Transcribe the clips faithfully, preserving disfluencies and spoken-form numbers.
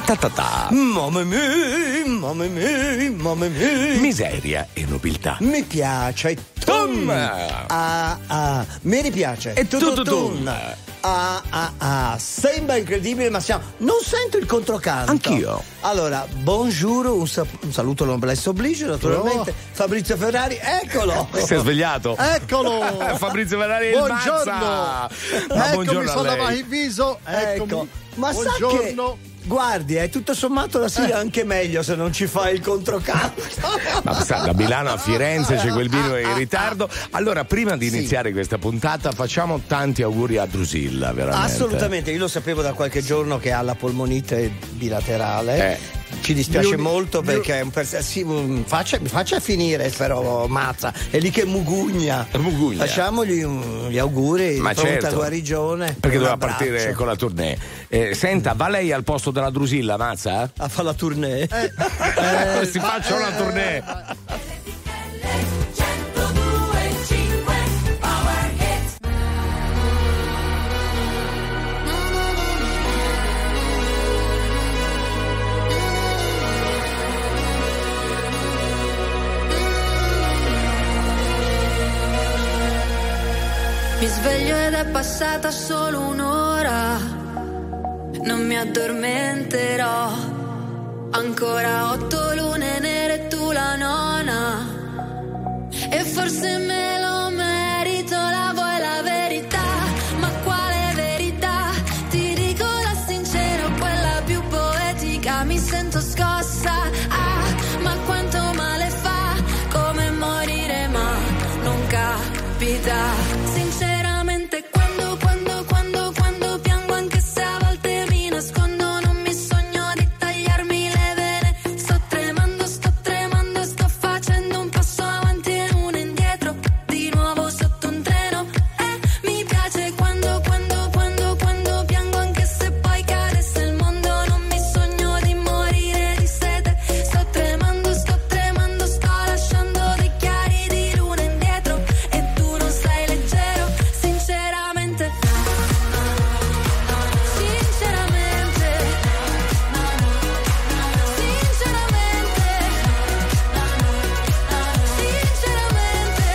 e ta ta ta. Mamma mia, mamma mia, mamma mia. Miseria e nobiltà. Mi piace. Tum. Ah ah, mi ripiace. E tututun. Ah ah ah, sembra incredibile, ma siamo. Non sento il controcanto. Anch'io. Allora, bonjour, un, sa- un saluto noblesse oblige, naturalmente. Oh. Fabrizio Ferrari, eccolo. Si è svegliato. Eccolo. Fabrizio Ferrari è il buongiorno. Mazza. Eccomi, sono lavato il viso. Eccomi. Ecco. Ma buongiorno. Sa che, guardi, è tutto sommato la sì, eh. anche meglio se non ci fai il controcanto. Ma sa, da Milano a Firenze c'è quel vino in ritardo. Allora, prima di iniziare sì. questa puntata, facciamo tanti auguri a Drusilla, veramente. Assolutamente, io lo sapevo da qualche giorno che ha la polmonite bilaterale. Eh. Ci dispiace Uni, molto perché è un pers- sì, faccia, faccia finire però Mazza, è lì che mugugna. mugugna. Facciamogli un, gli auguri, ma pronta certo. guarigione. Perché doveva partire con la tournée. Eh, senta, va lei al posto della Drusilla, Mazza? A fare la tournée. Eh, eh, si faccia una tournée. Mi sveglio ed è passata solo un'ora, non mi addormenterò. Ancora otto lune nere e tu la nona, e forse me lo merito, la vuoi la verità? Ma quale verità? Ti dico la sincera, quella più poetica, mi sento scossa. Ah, ma quanto male fa, come morire ma non capita. Sinceramente quando, quando, quando, quando piango, anche se a volte mi nascondo, non mi sogno di tagliarmi le vene. Sto tremando, sto tremando, sto facendo un passo avanti e uno indietro, di nuovo sotto un treno. E mi piace quando, quando, quando, quando piango, anche se poi cadesse il mondo, non mi sogno di morire di sete. Sto tremando, sto tremando, sto lasciando dei chiari di luna indietro, e tu non sei leggero. Sinceramente, sinceramente, sinceramente, sinceramente,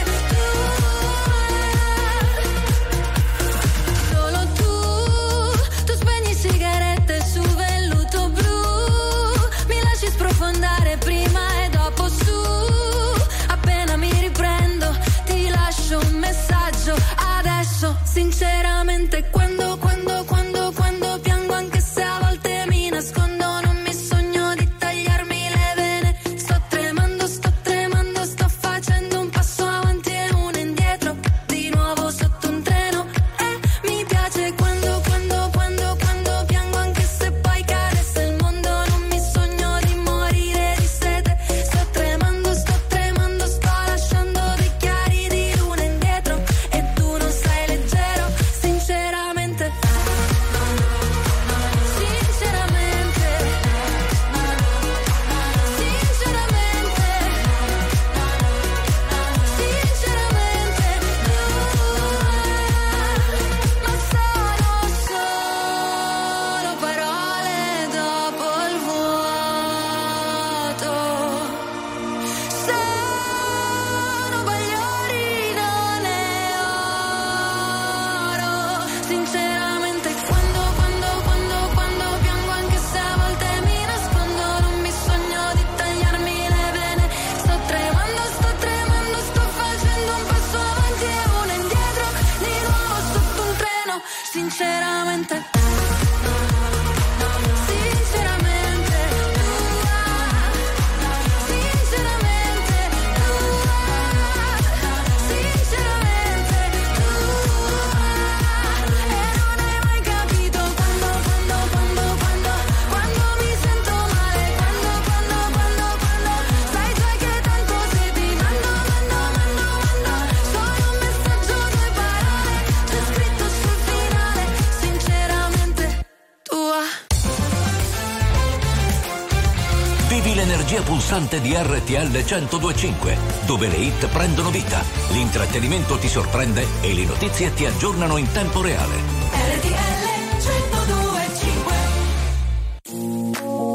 tu, solo tu, tu spegni sigarette su velluto blu, mi lasci sprofondare prima e dopo su, appena mi riprendo ti lascio un messaggio adesso. Sinceramente quando, quando, quando, quando piango, anche se a volte mi nascondo, non mi sogno di tagliarmi le vene. Sto tremando, sto tremando, sto facendo un passo avanti e uno indietro, di nuovo sotto un treno. E mi piace quando, quando, quando, quando piango, anche se poi cadesse il mondo, non mi sogno di morire di sete. Sto tremando, sto tremando, sto lasciando dei chiari di luna indietro, e tu non sei leggero. Sinceramente, sinceramente, sinceramente, sinceramente, ma sono solo parole dopo il vuoto. Sono bagliori, non è oro. Sinceramente quando, quando, quando, quando piango, anche se a volte mi nascondo, non mi sogno di tagliarmi le vene. Sto tremando, sto tremando, sto facendo un passo avanti e uno indietro, di nuovo sotto un treno. Sinceramente, sinceramente, sinceramente, sinceramente, e non hai mai capito quando, quando, quando, quando, quando mi sento male, quando, quando, quando, quando, sai già che tanto se ti mando, mando, mando, mando, solo un messaggio, due parole, c'è scritto sul finale. Sinceramente tua. Vivi l'energia pulsante di R T L centodue e cinque, dove le hit prendono vita, l'intrattenimento ti sorprende e le notizie ti aggiornano in tempo reale. R T L centodue e cinque.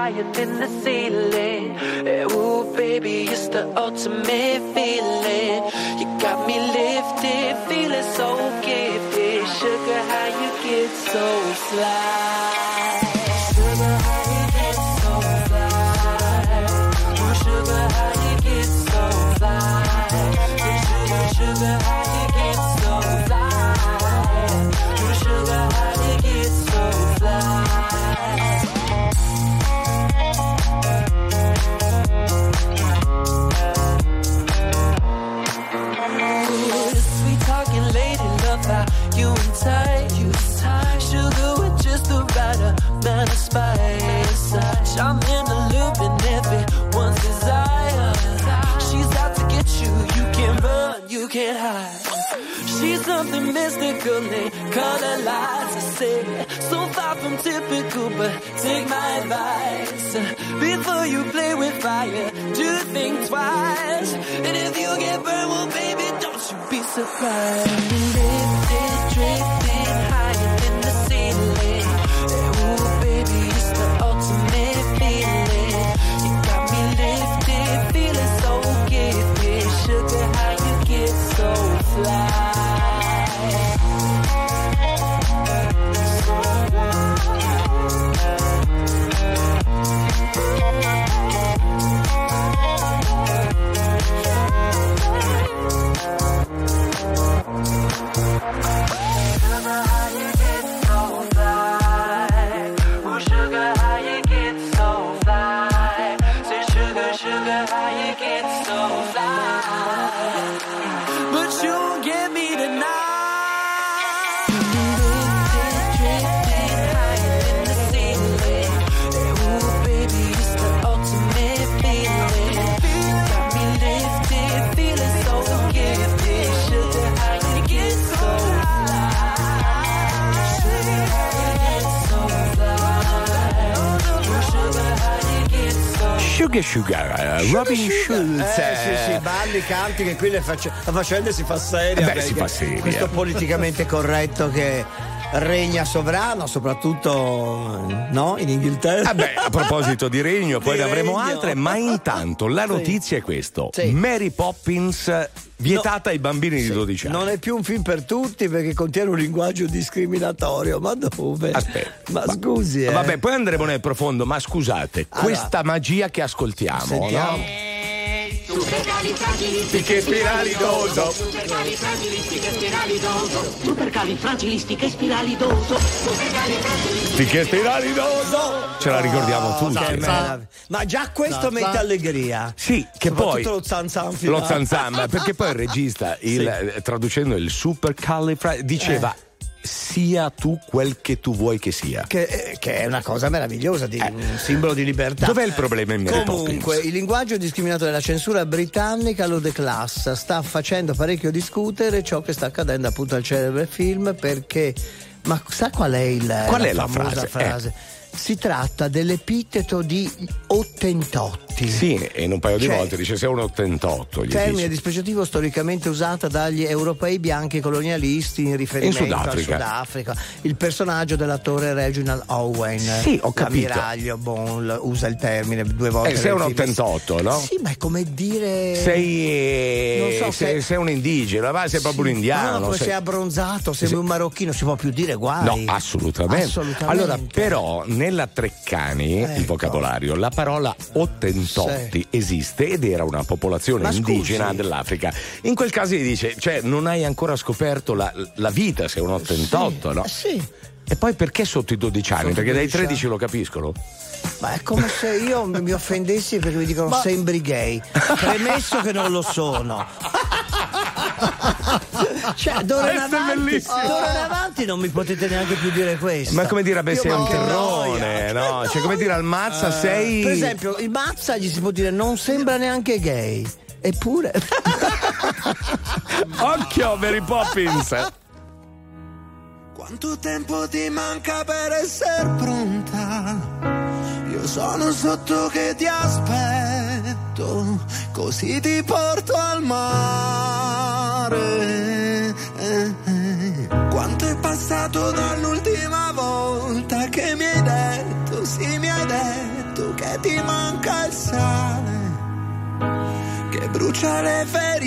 higher than the ceiling. Ooh, baby, it's the ultimate feeling. You got me lifted, feeling so gifted. Sugar, how you get so fly? Sugar, how you get so fly? Ooh, sugar, how you get so fly? Sugar, sugar, how you get so fly? Ooh, sugar, how you get so fly? You and tight, you tight. Sugar with just the right amount of spice. I'm in the loop and everyone's desire. She's out to get you, you can't run, you can't hide. She's something mystical, they color lights. I say, so far from typical, but take my advice. Before you play with fire, do think twice. And if you get burned, well baby, don't you be surprised. Lifted, drifting higher than the ceiling. Ooh baby, it's the ultimate feeling. You got me lifted, feeling so gifted. Sugar, how you get so fly? Sugar Sugar, uh, Robin Schulz. Eh sì, sì, balli, canti, che qui le face- la faccenda si fa seria. Eh beh, si fa seria. Questo politicamente corretto che regna sovrano, soprattutto no, in Inghilterra. Ah beh, a proposito di regno, poi Di ne avremo regno. altre, ma intanto la notizia è questo: Sì. Mary Poppins vietata No. ai bambini Sì. di dodici anni. Non è più un film per tutti perché contiene un linguaggio discriminatorio. Ma dove? Aspetta. Ma scusi, eh. Vabbè, poi andremo nel profondo, ma scusate, Allora. questa magia che ascoltiamo, Sentiamo. no? Che spiralidoso. Supercalifragilistiche spiralidoso. Che spiralidoso. Ce la ricordiamo tutti. Che meraviglia. Ma già questo No, mette za- allegria. Sì, che poi Soprattutto lo zanzan finale. lo zanzam, perché poi il regista, il, eh, traducendo il supercalifragilistico, diceva sia tu quel che tu vuoi che sia. Che, eh, che è una cosa meravigliosa, di, un simbolo di libertà. Dov'è il problema in Mary Comunque, Poppins? il linguaggio discriminatorio della censura britannica lo declassa, sta facendo parecchio discutere ciò che sta accadendo appunto al celebre film, perché ma sa qual è il Qual la è la famosa frase? Si tratta dell'epiteto di ottentotti. Sì, e in un paio di Cioè, volte dice sei un ottantotto. Gli termine dice. dispregiativo storicamente usata dagli europei bianchi colonialisti in riferimento In Sudafrica. al Sudafrica. Il personaggio dell'attore Reginald Owen, Sì, ho capito. l'ammiraglio Bond, usa il termine due volte. Eh, sei un nel film. ottantotto, no? Sì, ma è come dire. Sei, eh, Non so, sei, sei- sei un indigeno, ma sei proprio un indiano. No, no, come sei- sei abbronzato, sei Sì. un marocchino, si può più dire guai. No, assolutamente. Assolutamente. Allora, però, nella Treccani, Ecco. il vocabolario, la parola ottentotti Sì. esiste ed era una popolazione Ma scusi. indigena dell'Africa. In quel caso gli dice, cioè, non hai ancora scoperto la, la vita, sei un ottantotto, no? Eh, sì. E poi perché sotto i dodici anni? Sotto i Perché dai dodici tredici lo capiscono? Ma è come se io mi offendessi perché mi dicono Ma- sembri gay. Premesso che non lo sono. Cioè, d'ora in Questo è avanti, bellissimo. d'ora in avanti non mi potete neanche più dire questo. Ma come dire, beh, Io sei un che terrone, noia, no? che Cioè, come dire al Mazza, sei. Per esempio, il Mazza gli si può dire non sembra neanche gay. Eppure. Occhio, Mary Poppins! Quanto tempo ti manca per essere pronta? Io sono sotto che ti aspetto, così ti porto al mare. Quanto è passato dall'ultima volta che mi hai detto, sì mi hai detto che che ti manca il sale che brucia le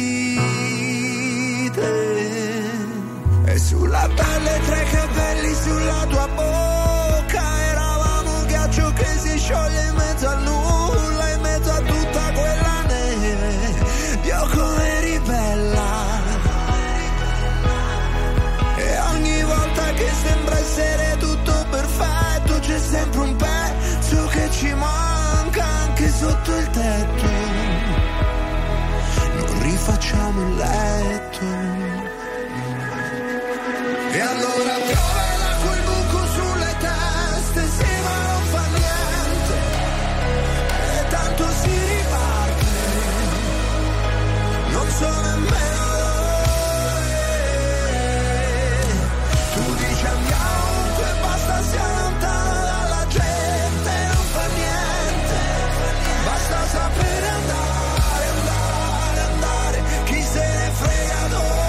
ferite, e sulla pelle tre capelli sulla tua bocca, eravamo un ghiaccio che si scioglie in mezzo al nulla, in mezzo a tutta quella neve. Dio come ribella, e ogni volta che sembra essere tutto perfetto c'è sempre un pezzo che ci manca anche sotto il tetto. Non rifacciamo il letto, e allora piove da quel buco sulle teste, sì ma non fa niente, e tanto si riparte, non so nemmeno dove. Tu dici andiamo ovunque, basta sia lontano dalla gente, non fa niente, basta sapere andare, andare, andare, chi se ne frega dove.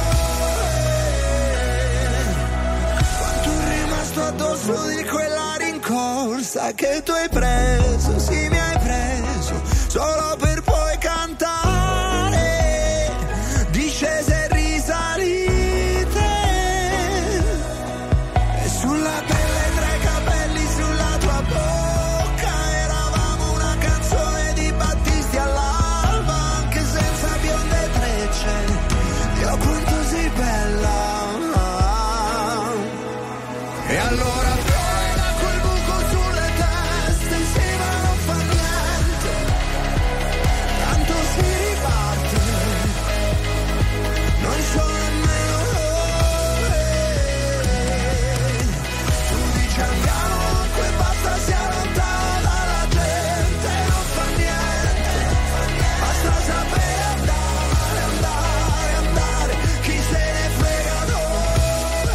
Quanto è rimasto addosso di quella rincorsa che tu hai preso, sì mi hai preso, solo per poi cantare discese e risalite, e sulla pelle tra i capelli sulla tua bocca, eravamo una canzone di Battisti all'alba, anche senza bionde trecce. Dio quanto sei bella, e allora piove da quel buco sulle teste, sì ma non fa niente, tanto si riparte, non so nemmeno dove. Tu dici andiamo ovunque, basta sia lontano dalla gente, non fa niente, basta sapere andare, andare, andare, chi se ne frega dove.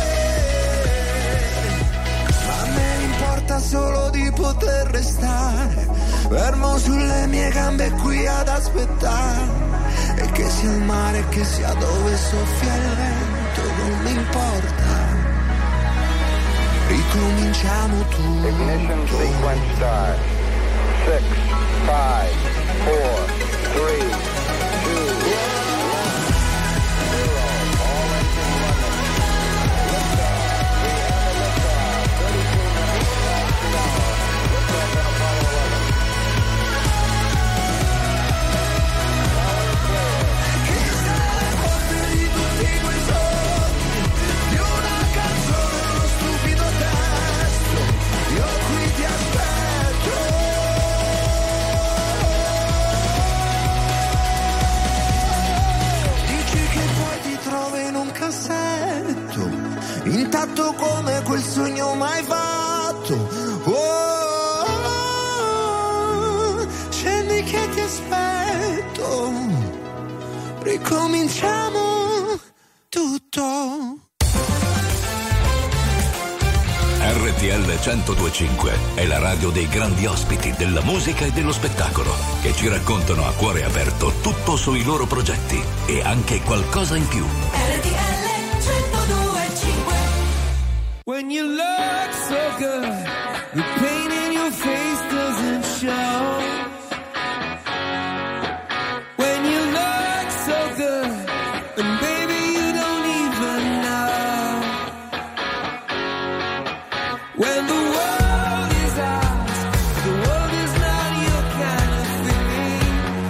Ma a me importa solo di poter restare fermo sulle mie gambe qui ad aspettare, e che sia il mare, che sia dove soffia il vento, non mi importa, ricominciamo tutto. Ignition sequence start. Six, five, four, three, two, one, zero. All engine running. Liftoff. We have a liftoff. thirty-two minutes past the hour. Liftoff on Apollo eleven. Chi se ne fotte di tutti quei sogni, di una canzone, uno stupido testo, io qui ti aspetto. Dici che poi ti trovi in un cassetto, intatto come quel sogno mai fatto. Oh, scendi che ti aspetto, ricominciamo tutto. R T L centodue e cinque è la radio dei grandi ospiti della musica e dello spettacolo, che ci raccontano a cuore aperto tutto sui loro progetti e anche qualcosa in più. R T L centodue e cinque. When you look so good, the pain in your face doesn't show. When you look so good, and baby you don't even know. When the world is ours, the world is not your kind of thing.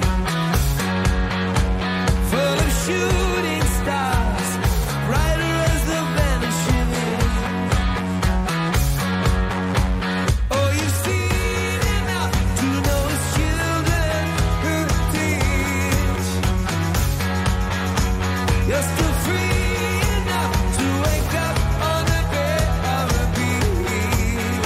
Full of shooting stars, brighter as the vanishing moon. Oh, you've seen enough to know it's children who teach. You're still free enough to wake up on the bed of a beach.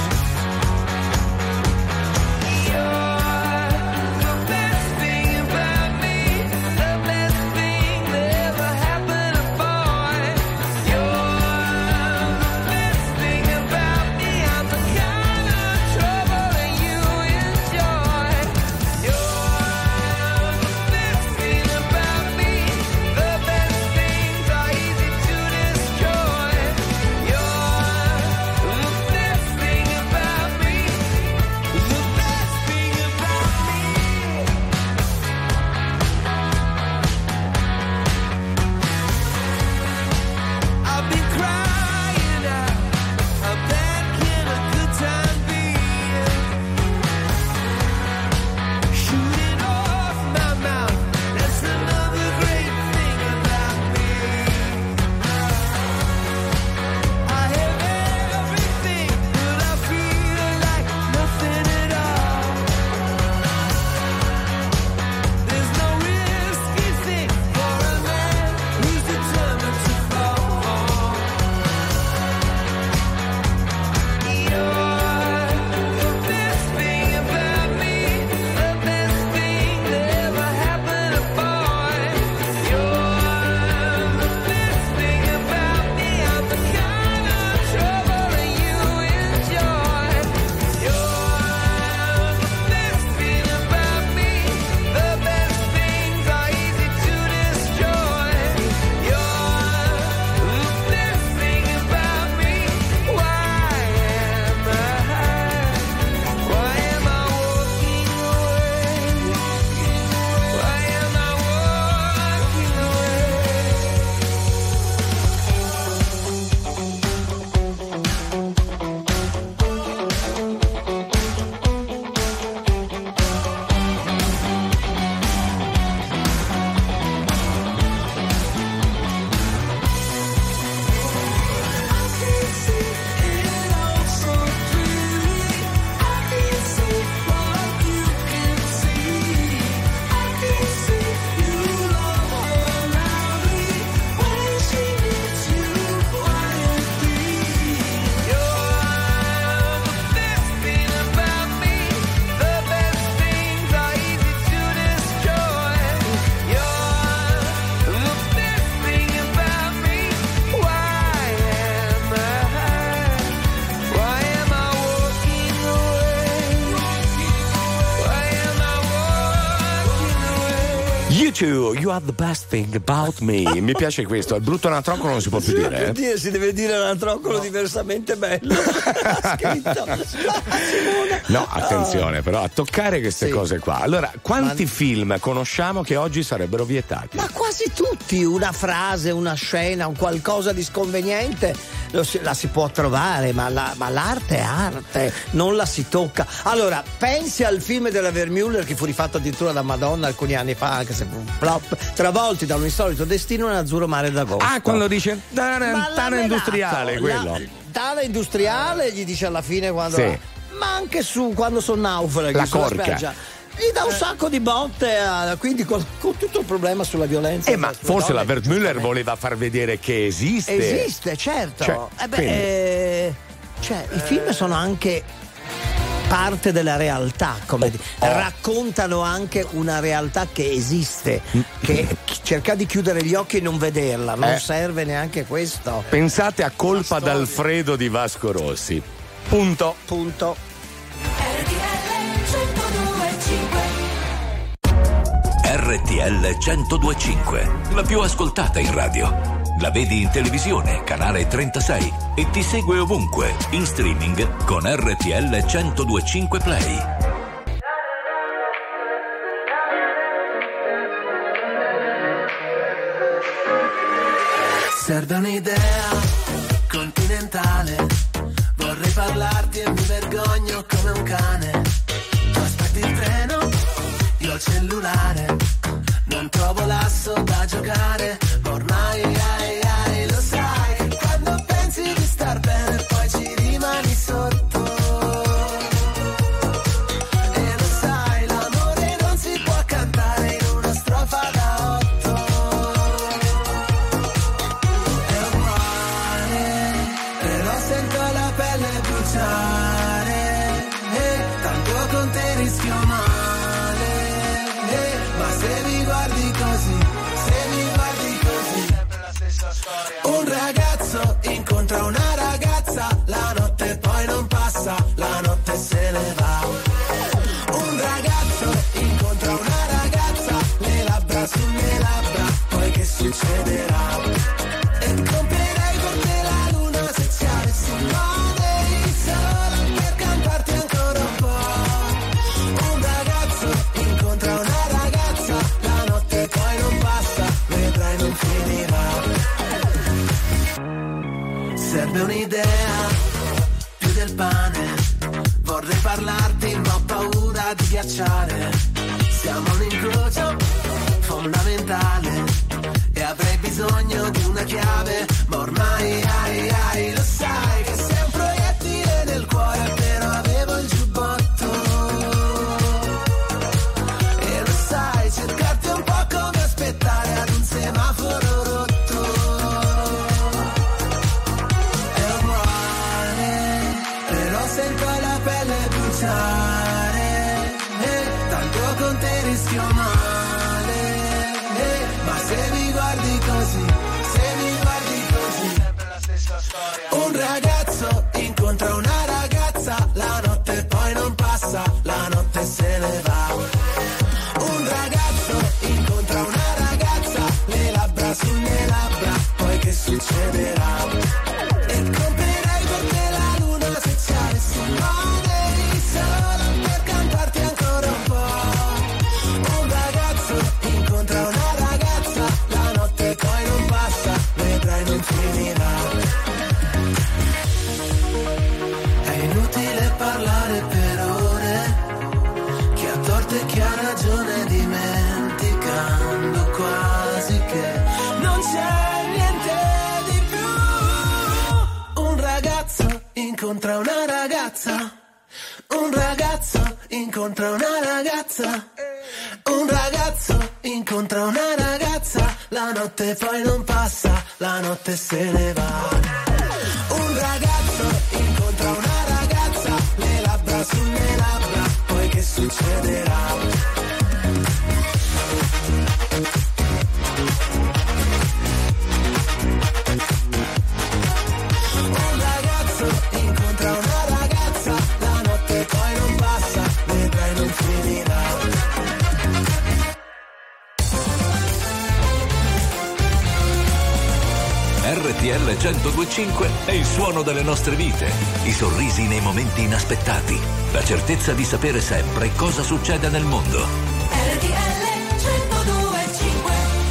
You're the best thing about me, the best thing that ever happened to boy. You're the best thing about me, I'm the kind of trouble that you enjoy. You're the best thing about me, the best thing You are the best thing about me. Mi piace questo. Il brutto anatroccolo non si può più dire. Eh? Dire, si deve dire anatroccolo no. diversamente bello. scritto. No, attenzione, però a toccare queste sì. cose qua. Allora, quanti Ma... film conosciamo che oggi sarebbero vietati? Ma quasi tutti. Una frase, una scena, un qualcosa di sconveniente lo si, la si può trovare, ma, la, ma l'arte è arte, non la si tocca. Allora, pensi al film della Vermeulen che fu rifatto addirittura da Madonna alcuni anni fa, anche se fu un flop, travolti da un insolito destino in azzurro mare d'agosto. Ah, quando dice Tana industriale, quello. Tana industriale gli dice alla fine quando sì. la, ma anche su quando sono naufraghi la sulla corca. Spiaggia. Gli dà un sacco di botte, a, quindi con, con tutto il problema sulla violenza. Eh, ma forse la Vermeulen voleva far vedere che esiste. Esiste, certo. Cioè, eh beh, eh, cioè, i film sono anche parte della realtà, come dire. Oh. Raccontano anche una realtà che esiste, che cerca di chiudere gli occhi e non vederla, non eh. serve neanche questo. Pensate a Colpa d'Alfredo di Vasco Rossi. Punto. Punto. R T L centodue e cinque, la più ascoltata in radio. La vedi in televisione, canale trentasei, e ti segue ovunque, in streaming con R T L centodue e cinque Play. Serve un'idea continentale, vorrei parlarti e mi vergogno come un cane. Tu aspetti il treno, io il cellulare, non trovo l'asso da giocare, ma ormai ai, ai, lo sai che quando pensi di star bene poi ci rimani sotto. E lo sai, l'amore non si può cantare in una strofa da otto. È uguale, però sento la pelle bruciare, e tanto con te rischio male. Ma se mi guardi così, se mi guardi così, sempre la stessa storia. Un ragazzo incontra una ragazza, la notte poi non passa, la notte se ne va. Un ragazzo incontra una ragazza, le labbra sulle labbra, poi che succederà? E comprerei per te la luna se ci avessi un modo solo per cantarti ancora un po'. Un ragazzo incontra una serve un'idea più del pane, vorrei parlarti ma ho paura di ghiacciare. Siamo un incrocio fondamentale e avrei bisogno di una chiave, ma ormai ai ai lo sai che sei un proiettile nel cuore, però avevo il giubbotto. E lo sai, cercarti è un po' come aspettare ad un semaforo rotto. Sento la pelle bruciare, eh, tanto con te rischio male, eh, ma se mi guardi così, se mi guardi così, sempre la stessa storia. Un ragazzo incontra una ragazza, la notte poi non passa, la notte se ne va. Un ragazzo incontra una ragazza, le labbra sulle labbra, poi che succederà? Per cantarti ancora un po'. Un ragazzo incontra una ragazza, la notte poi non passa, vedrai non finirà. È inutile parlare per ore, chi ha torto e chi ha ragione, dimenticando quasi che non c'è niente di più. Un ragazzo incontra una ragazza, un ragazzo incontra una ragazza, un ragazzo incontra una ragazza, la notte poi non passa, la notte se ne va. Un ragazzo incontra una ragazza, le labbra sulle labbra, poi che succederà? R T L centodue e cinque è il suono delle nostre vite, i sorrisi nei momenti inaspettati, la certezza di sapere sempre cosa succede nel mondo. R T L centodue e cinque.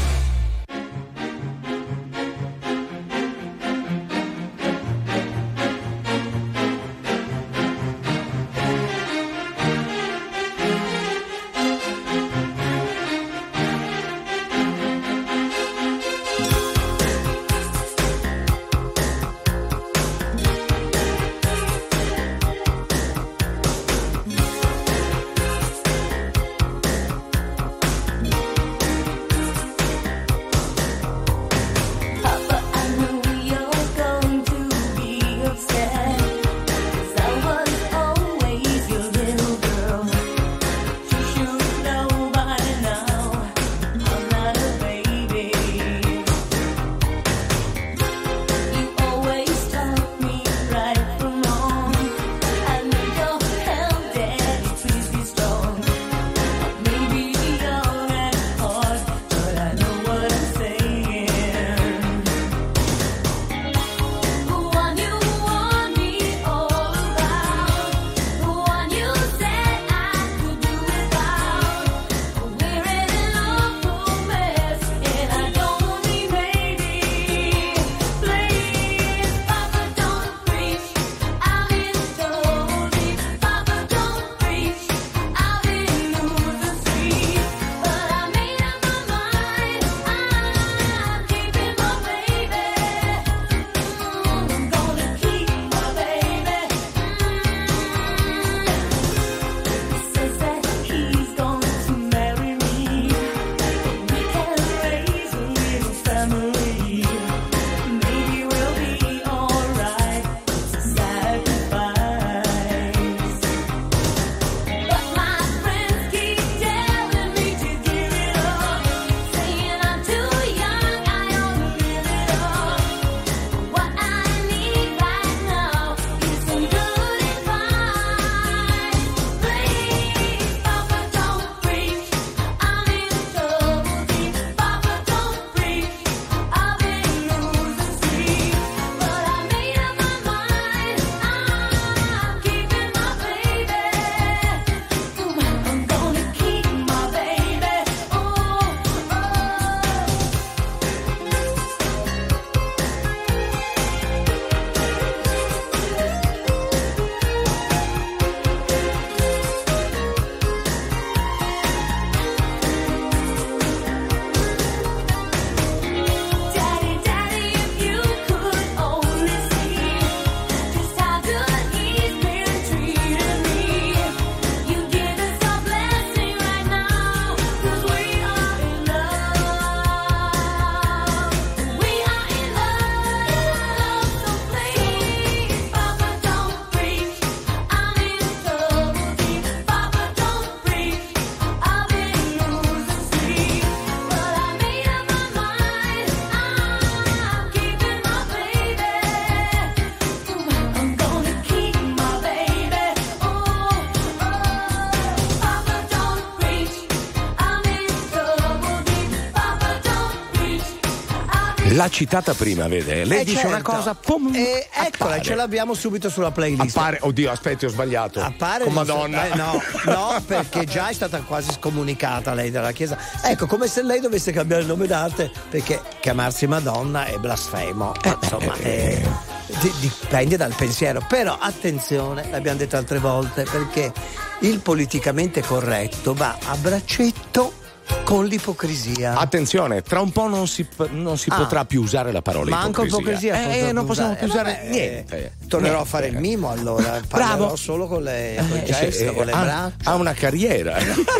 L'ha citata prima, vede? Lei Eh, dice certo. una cosa, pum, E eccola, appare. ce l'abbiamo subito sulla playlist. Appare, oddio, aspetti, ho sbagliato. Appare con non so- Madonna. eh, no, no, perché già è stata quasi scomunicata lei dalla chiesa. Ecco, come se lei dovesse cambiare il nome d'arte, perché chiamarsi Madonna è blasfemo. Ma, insomma, è- di- dipende dal pensiero. Però attenzione, l'abbiamo detto altre volte, perché il politicamente corretto va a braccetto con l'ipocrisia. Attenzione, tra un po' non si, non si Ah. potrà più usare la parola Manco ipocrisia. ipocrisia. Eh, non possiamo più usare vabbè, niente. Tornerò Niente. a fare il mimo allora. Parlerò Bravo. solo con le Eh, con i cioè, gesti, con le ha, braccia. ha una carriera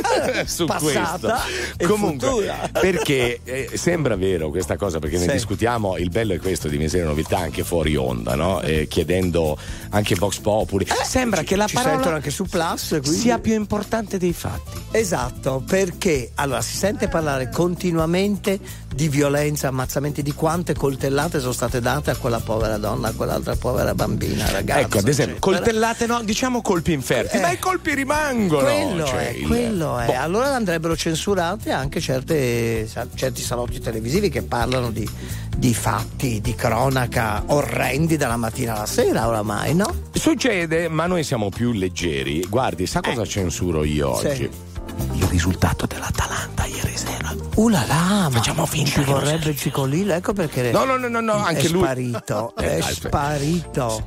su Passata questo. e Comunque, futura. perché eh, sembra vero questa cosa, perché ne Sì. discutiamo. Il bello è questo di Miseria Novità anche fuori onda, no? Eh, chiedendo anche Vox Populi. Sembra ci- che la ci parola sentono anche su Plus, quindi- sia più importante dei fatti. Esatto, perché allora Allora, si sente parlare continuamente di violenza, ammazzamenti, di quante coltellate sono state date a quella povera donna, a quell'altra povera bambina, ragazza. Ecco, ad esempio, eccetera. coltellate no, diciamo colpi inferti, Eh. ma i colpi rimangono. Quello cioè, è, il- quello è. Boh. Allora andrebbero censurate anche certe, certi salotti televisivi che parlano di, di fatti, di cronaca orrendi dalla mattina alla sera oramai, no? Succede, ma noi siamo più leggeri. Guardi, sa cosa censuro io Sì. oggi? Il risultato dell'Atalanta ieri sera. Uh là là, Facciamo ma finta ci che non vorrebbe il cicolillo, ecco perché No, no, no, no, no, anche è lui. sparito, Eh, è dai, sparito.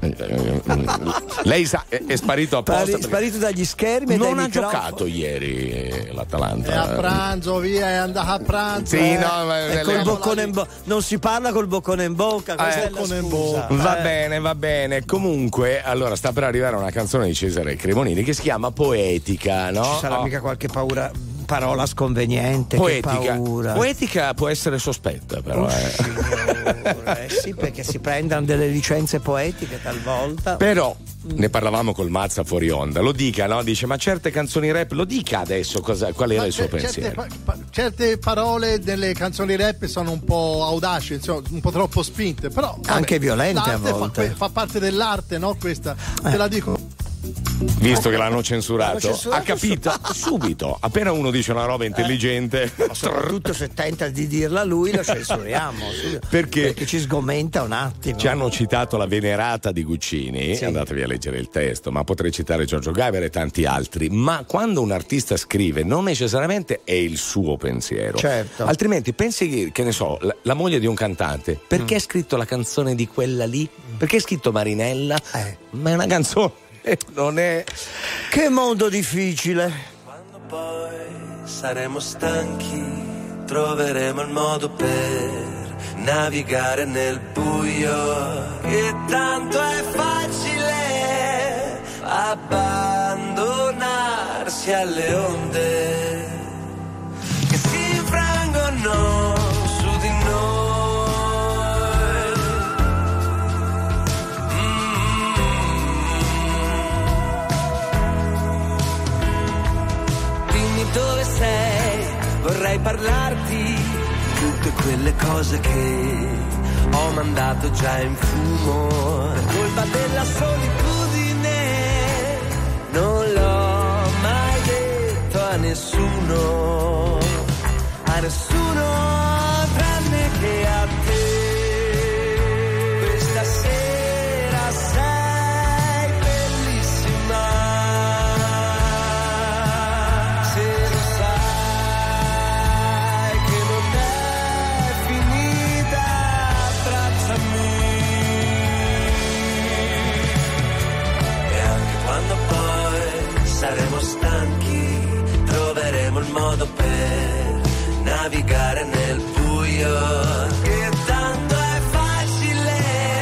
Lei sa, è, è sparito apposta. Spari- perché sparito dagli schermi e non dai ha microfoni. giocato ieri eh, È l'Atalanta. a pranzo, via, è andato a pranzo. Sì, eh. no, ma- E col boccone in bo- non si parla col boccone in bocca, questa Eh, è la boccone in scusa. Va Eh. bene, va bene. Comunque, allora sta per arrivare una canzone di Cesare Cremonini che si chiama Poetica, no? Ci sarà Oh. mica qualche paura, parola sconveniente, Poetica. che paura. Poetica può essere sospetta, però. Oh, eh. signore, eh sì, perché si prendono delle licenze poetiche talvolta. Però ne parlavamo col Mazza fuori onda. Lo dica, no? Dice, ma certe canzoni rap, lo dica adesso cosa, qual era Ma il suo cer- pensiero. certe, pa- pa- certe parole delle canzoni rap sono un po' audaci, insomma, un po' troppo spinte, però vabbè, Anche violente a l'arte fa- volte. Fa, parte dell'arte, no? Questa te la dico. Visto che l'hanno censurato, L'hanno censurato ha capito subito. Appena uno dice una roba intelligente, Soprattutto se tenta di dirla lui, lo censuriamo subito. Perché? Perché ci sgomenta un attimo. ci hanno citato la venerata di Guccini, Sì. andatevi a leggere il testo, ma potrei citare Giorgio Gaber e tanti altri. Ma quando un artista scrive, non necessariamente è il suo pensiero. Certo. Altrimenti pensi che, che ne so, la, la moglie di un cantante, perché ha scritto la canzone di quella lì? Perché ha scritto Marinella? Eh. Ma è una canzone, non è. Che mondo difficile. Quando poi saremo stanchi, troveremo il modo per navigare nel buio. E tanto è facile abbandonarsi alle onde che si infrangono su di noi. Dimmi dove sei, vorrei parlarti di tutte quelle cose che ho mandato già in fumo. Per colpa della solitudine non l'ho mai detto a nessuno, a nessuno tranne che a te. Questa sera sei bellissima, se lo sai che non è finita, abbracciami. E anche quando poi saremo stanchi, troveremo il modo per navigare nel buio. E tanto è facile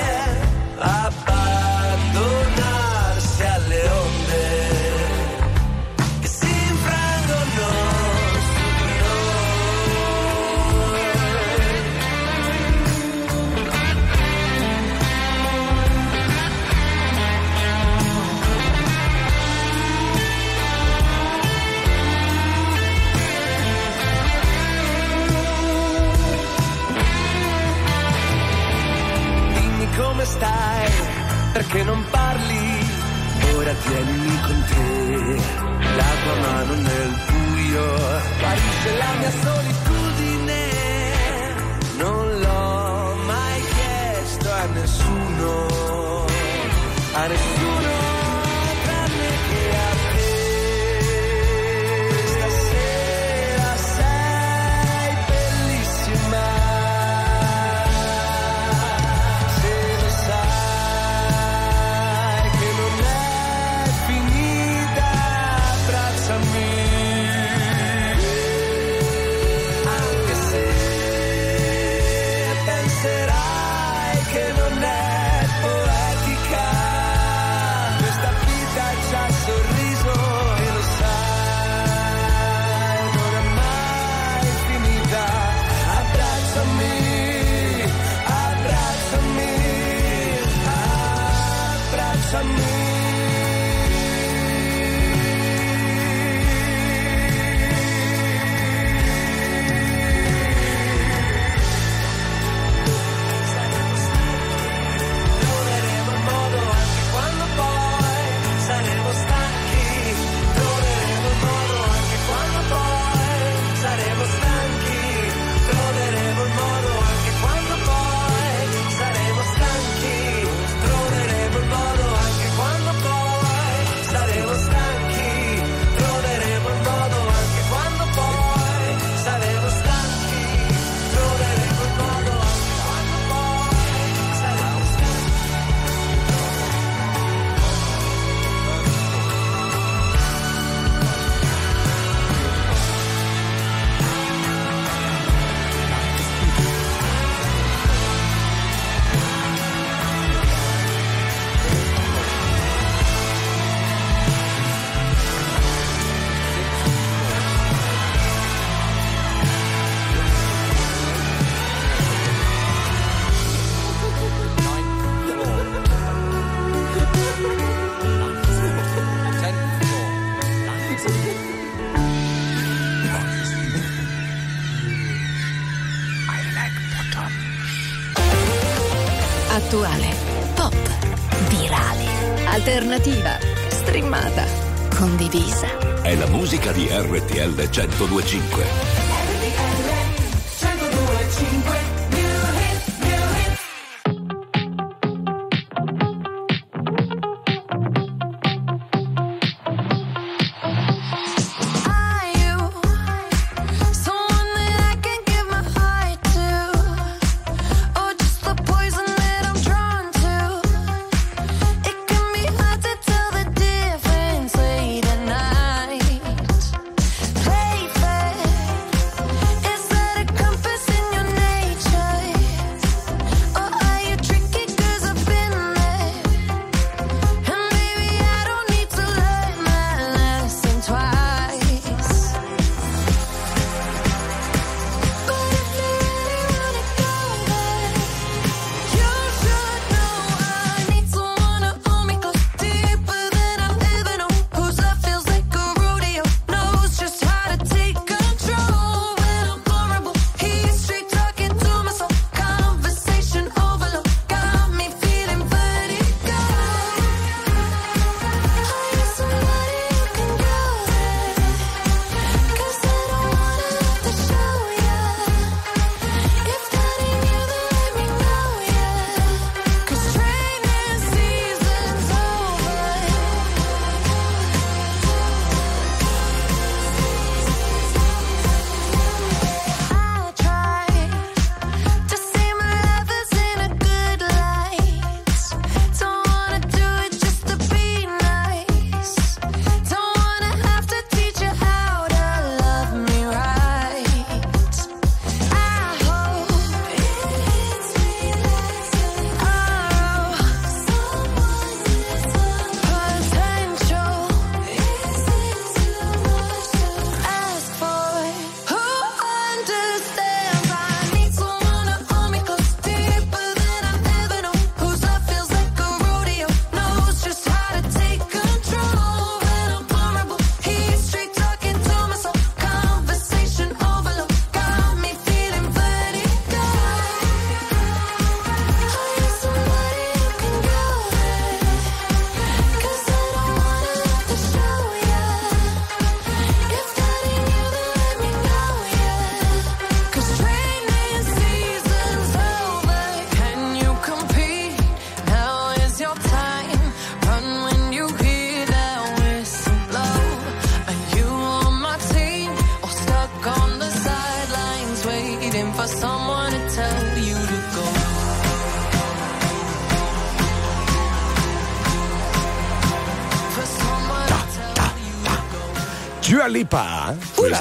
abbandonarsi alle onde che si infrangono su di Dimmi come stai, perché non parli, ora tienimi con te, la tua mano nel buio, guarisce la mia solitudine, non l'ho mai chiesto a nessuno, a nessuno tranne che a te. Questa sera sei bellissima, se lo sai che non è finita, abbracciami. Anche se penserai che non è poetica, Attuale, pop, virale, alternativa, streamata, condivisa. È la musica di R T L centodue e cinque. R T L centodue e cinque. Dua Lipa,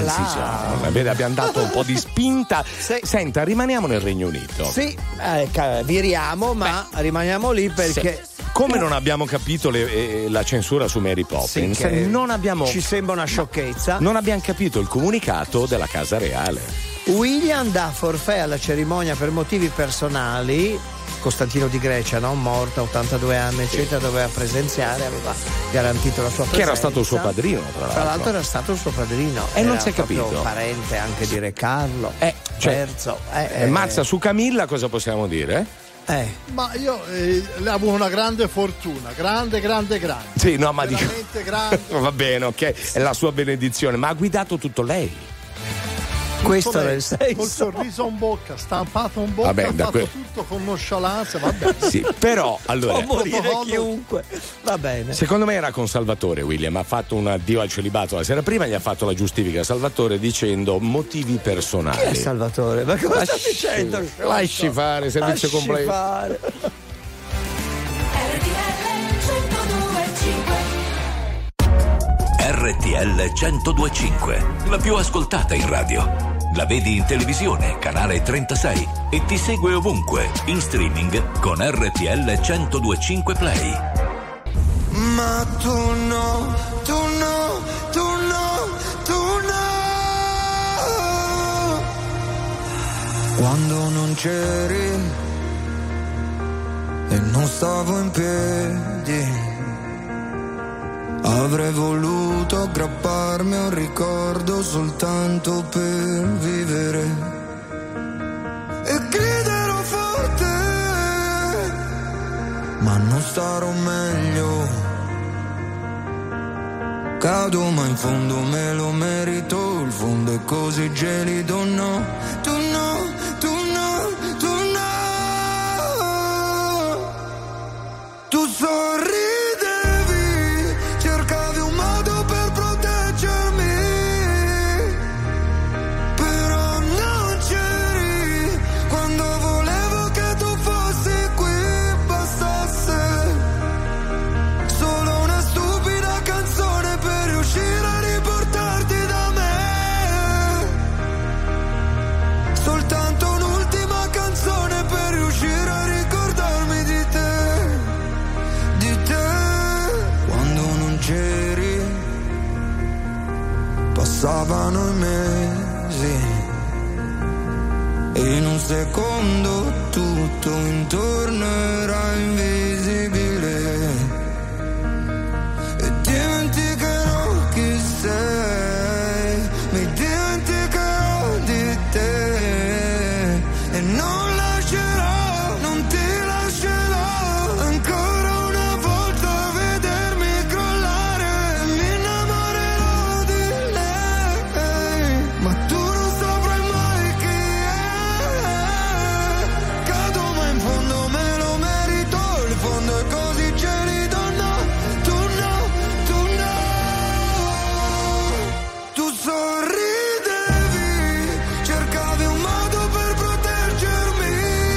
vede, abbiamo dato un po' di spinta. Sì. Senta, rimaniamo nel Regno Unito. Sì, eh, viriamo, ma Beh, rimaniamo lì perché. Sì. Come non abbiamo capito le, eh, la censura su Mary Poppins, sì, che non abbiamo. Ci sembra una sciocchezza. Non abbiamo capito il comunicato della Casa Reale. William dà forfè alla cerimonia per motivi personali. Costantino di Grecia, no? Morto a ottantadue anni, eccetera, doveva presenziare, aveva garantito la sua presenza. Che era stato il suo padrino, tra l'altro. Tra l'altro era stato il suo padrino. E era non si è capito. Parente anche di Re Carlo. Eh, cioè, terzo. Eh, eh, Mazza su Camilla, cosa possiamo dire? Eh. Ma io eh, ha avuto una grande fortuna, grande, grande, grande. Sì, no, ma veramente dico. grande. Va bene, ok, è la sua benedizione, ma ha guidato tutto lei. Questo lei, è il senso. Col sorriso in bocca, stampato in bocca, vabbè, ha fatto que... tutto con nonchalance, va bene. Sì, però allora può morire chiunque, va bene. Secondo me era con Salvatore. William ha fatto un addio al celibato la sera prima, gli ha fatto la giustifica a Salvatore dicendo motivi personali. Chi è Salvatore? Ma cosa lasci, stai dicendo? Lasci fare, servizio lasci completo. Fare. R T L centodue e cinque, la più ascoltata in radio. La vedi in televisione, canale trentasei, e ti segue ovunque, in streaming con R T L centodue e cinque Play. Ma tu no, tu no, tu no, tu no. Quando non c'eri e non stavo in piedi, avrei voluto aggrapparmi a un ricordo soltanto per vivere e gridare ma non starò meglio. Cado ma in fondo me lo merito, il fondo è così gelido, no, tu no, tu no, tu no. Tu sorridevi, cercavi un modo per proteggermi, però non c'eri quando volevo che tu fossi qui, bastasse solo una stupida canzone per riuscire a riportarti da me, soltanto un'ultima canzone per riuscire a ricordarmi di te, di te. Quando non c'eri passavano i mesi e in un secondo tutto intorno era invisibile e dimenticherò chi sei, mi dimenticherò di te e non lascerò, non ti lascerò ancora una volta vedermi crollare, mi innamorerò di lei, ma tu non saprai mai chi è. Cado ma in fondo me lo merito, il fondo è così gelido, no, tu no, tu no. Tu sorridevi, cercavi un modo per proteggermi,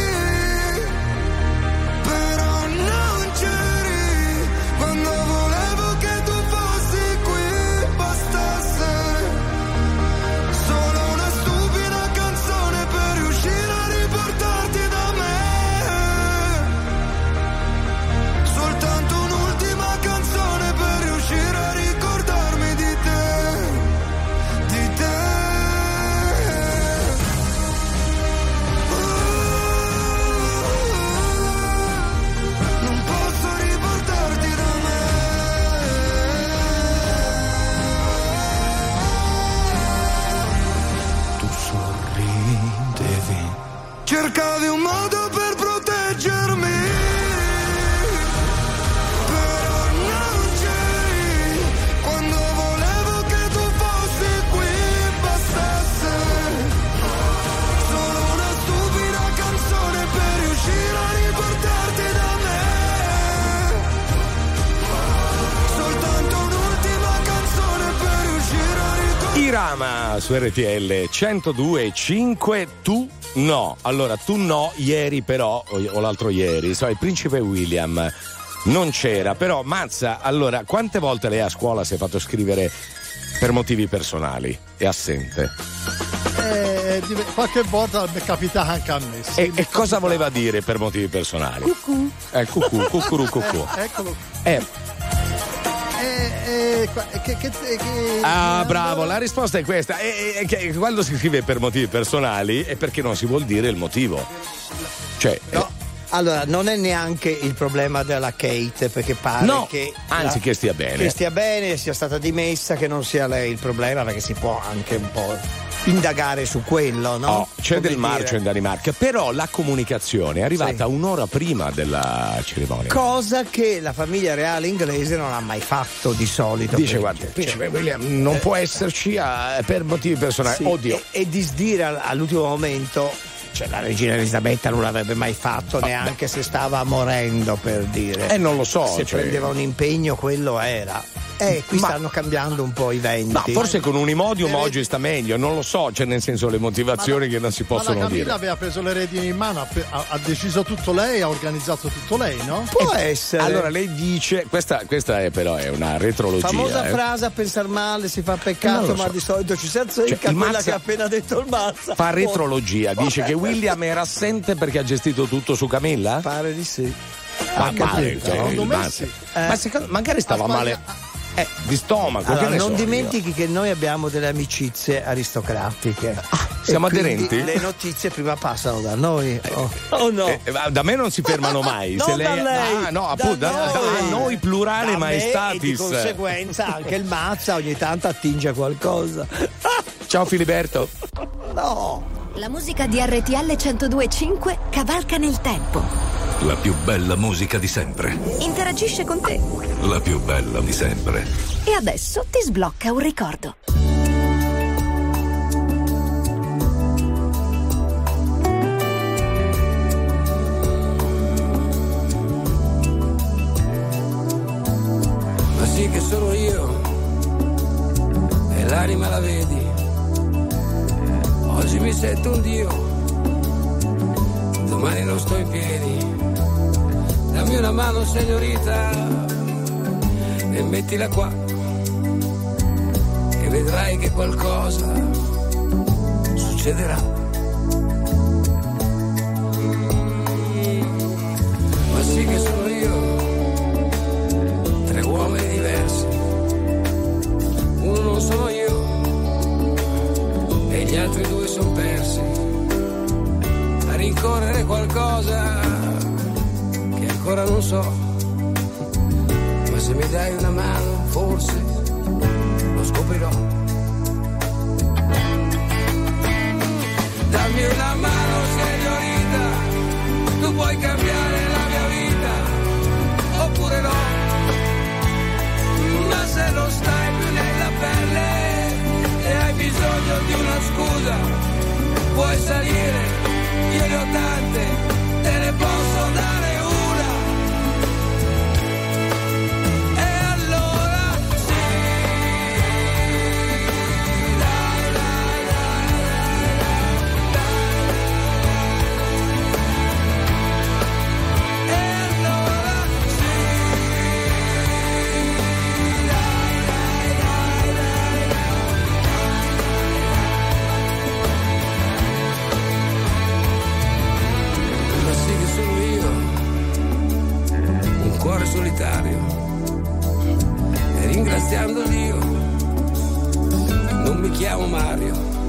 però non c'eri quando volevo che tu fossi qui, bastasse solo una stupida canzone per riuscire a riportarti da me, soltanto un'ultima canzone per riuscire a ricordarmi di te, di te. Non posso riportarti da me. Tu sorridevi, cercavi un modo per proteggermi, però non c'eri quando volevo che tu fossi qui, bastasse solo una stupida canzone per riuscire a riportarti da me, soltanto un'ultima canzone per riuscire a ricordarti. Irama su R T L centodue e cinque, tu no. Allora, tu no, ieri però, o, o l'altro ieri, so, il principe William non c'era, però Mazza, allora, quante volte lei a scuola si è fatto scrivere per motivi personali? È assente. Eh, di- qualche volta mi è capitato anche a me. sì, E, mi e è cosa capitato. voleva dire per motivi personali? Cucù. Eh, cucù, cucurù, cucù. Eh, eccolo. Eh, Eh, eh, qua- che, che, che- ah, bravo, la risposta è questa. E, e- che quando si scrive per motivi personali è perché non si vuol dire il motivo. Cioè, No, allora non è neanche il problema della Kate, perché pare No, che anzi, la- che stia bene. che stia bene, sia stata dimessa, che non sia lei il problema, perché si può anche un po' indagare su quello, no? oh, c'è Come del dire. marcio in Danimarca, però la comunicazione è arrivata Sì. un'ora prima della cerimonia. Cosa che la famiglia reale inglese non ha mai fatto di solito. Dice, per- guarda, cioè, principe William non può esserci eh, per motivi personali. sì, Oddio. E, e disdire al- all'ultimo momento, cioè la regina Elisabetta non l'avrebbe mai fatto, neanche se stava morendo, per dire. Eh, non lo so. Se cioè- prendeva un impegno, quello era. Eh, qui Ma- stanno cambiando un po' i venti. No, forse con un imodium oggi sta meglio, non lo so, cioè nel senso le motivazioni che non si Ma la possono Camilla dire. aveva preso le redini in mano, ha, ha- ha deciso tutto lei, ha organizzato tutto lei, no? Può essere. Allora lei dice, questa, questa è però è una retrologia. Famosa eh. frase, a pensare male si fa Non peccato, lo ma so. di solito ci si azzecca, Cioè, il quella Mazza che ha appena detto il Mazza. Fa retrologia, dice Vabbè. che William era assente perché ha gestito tutto su Camilla? Pare di sì. Ma capito, male, cioè, secondo il me Mazza. sì. Ma secondo- magari stava Ha sbaglia- male. Eh, di stomaco. Allora, che ne non so io. dimentichi che noi abbiamo delle amicizie aristocratiche. siamo E quindi aderenti? Le notizie prima passano da noi. Oh, oh no. Eh, ma da me non si fermano mai. Non Se lei... da lei, Ah, no, da appunto, da, da- noi. a noi plurale Da me, e di maestatis. conseguenza anche il Mazza ogni tanto attinge a qualcosa. Ciao Filiberto. No. La musica di R T L centodue e cinque cavalca nel tempo. La più bella musica di sempre. Interagisce con te. La più bella di sempre. E adesso ti sblocca un ricordo. Ma sì che sono io e l'anima la vedi. Oggi mi sento un dio, domani non sto in piedi. Dammi una mano signorita e mettila qua, e vedrai che qualcosa succederà. Ma sì che sono io, tre uomini diversi. Uno non sono io e gli altri due sono persi a rincorrere qualcosa che ancora non so. Ma se mi dai una mano forse lo scoprirò. Dammi una mano signorita, tu puoi cambiare la mia vita oppure no. Ma se non stai più nella pelle e hai bisogno di una scusa, puoi salire, io ne ho tante, te ne posso dare una. E allora sì, dai, dai, dai, dai, dai. E allora sì, dai, dai, dai, dai, dai. Ma sì che sono io, un cuore solitario, e ringraziando Dio non mi chiamo Mario.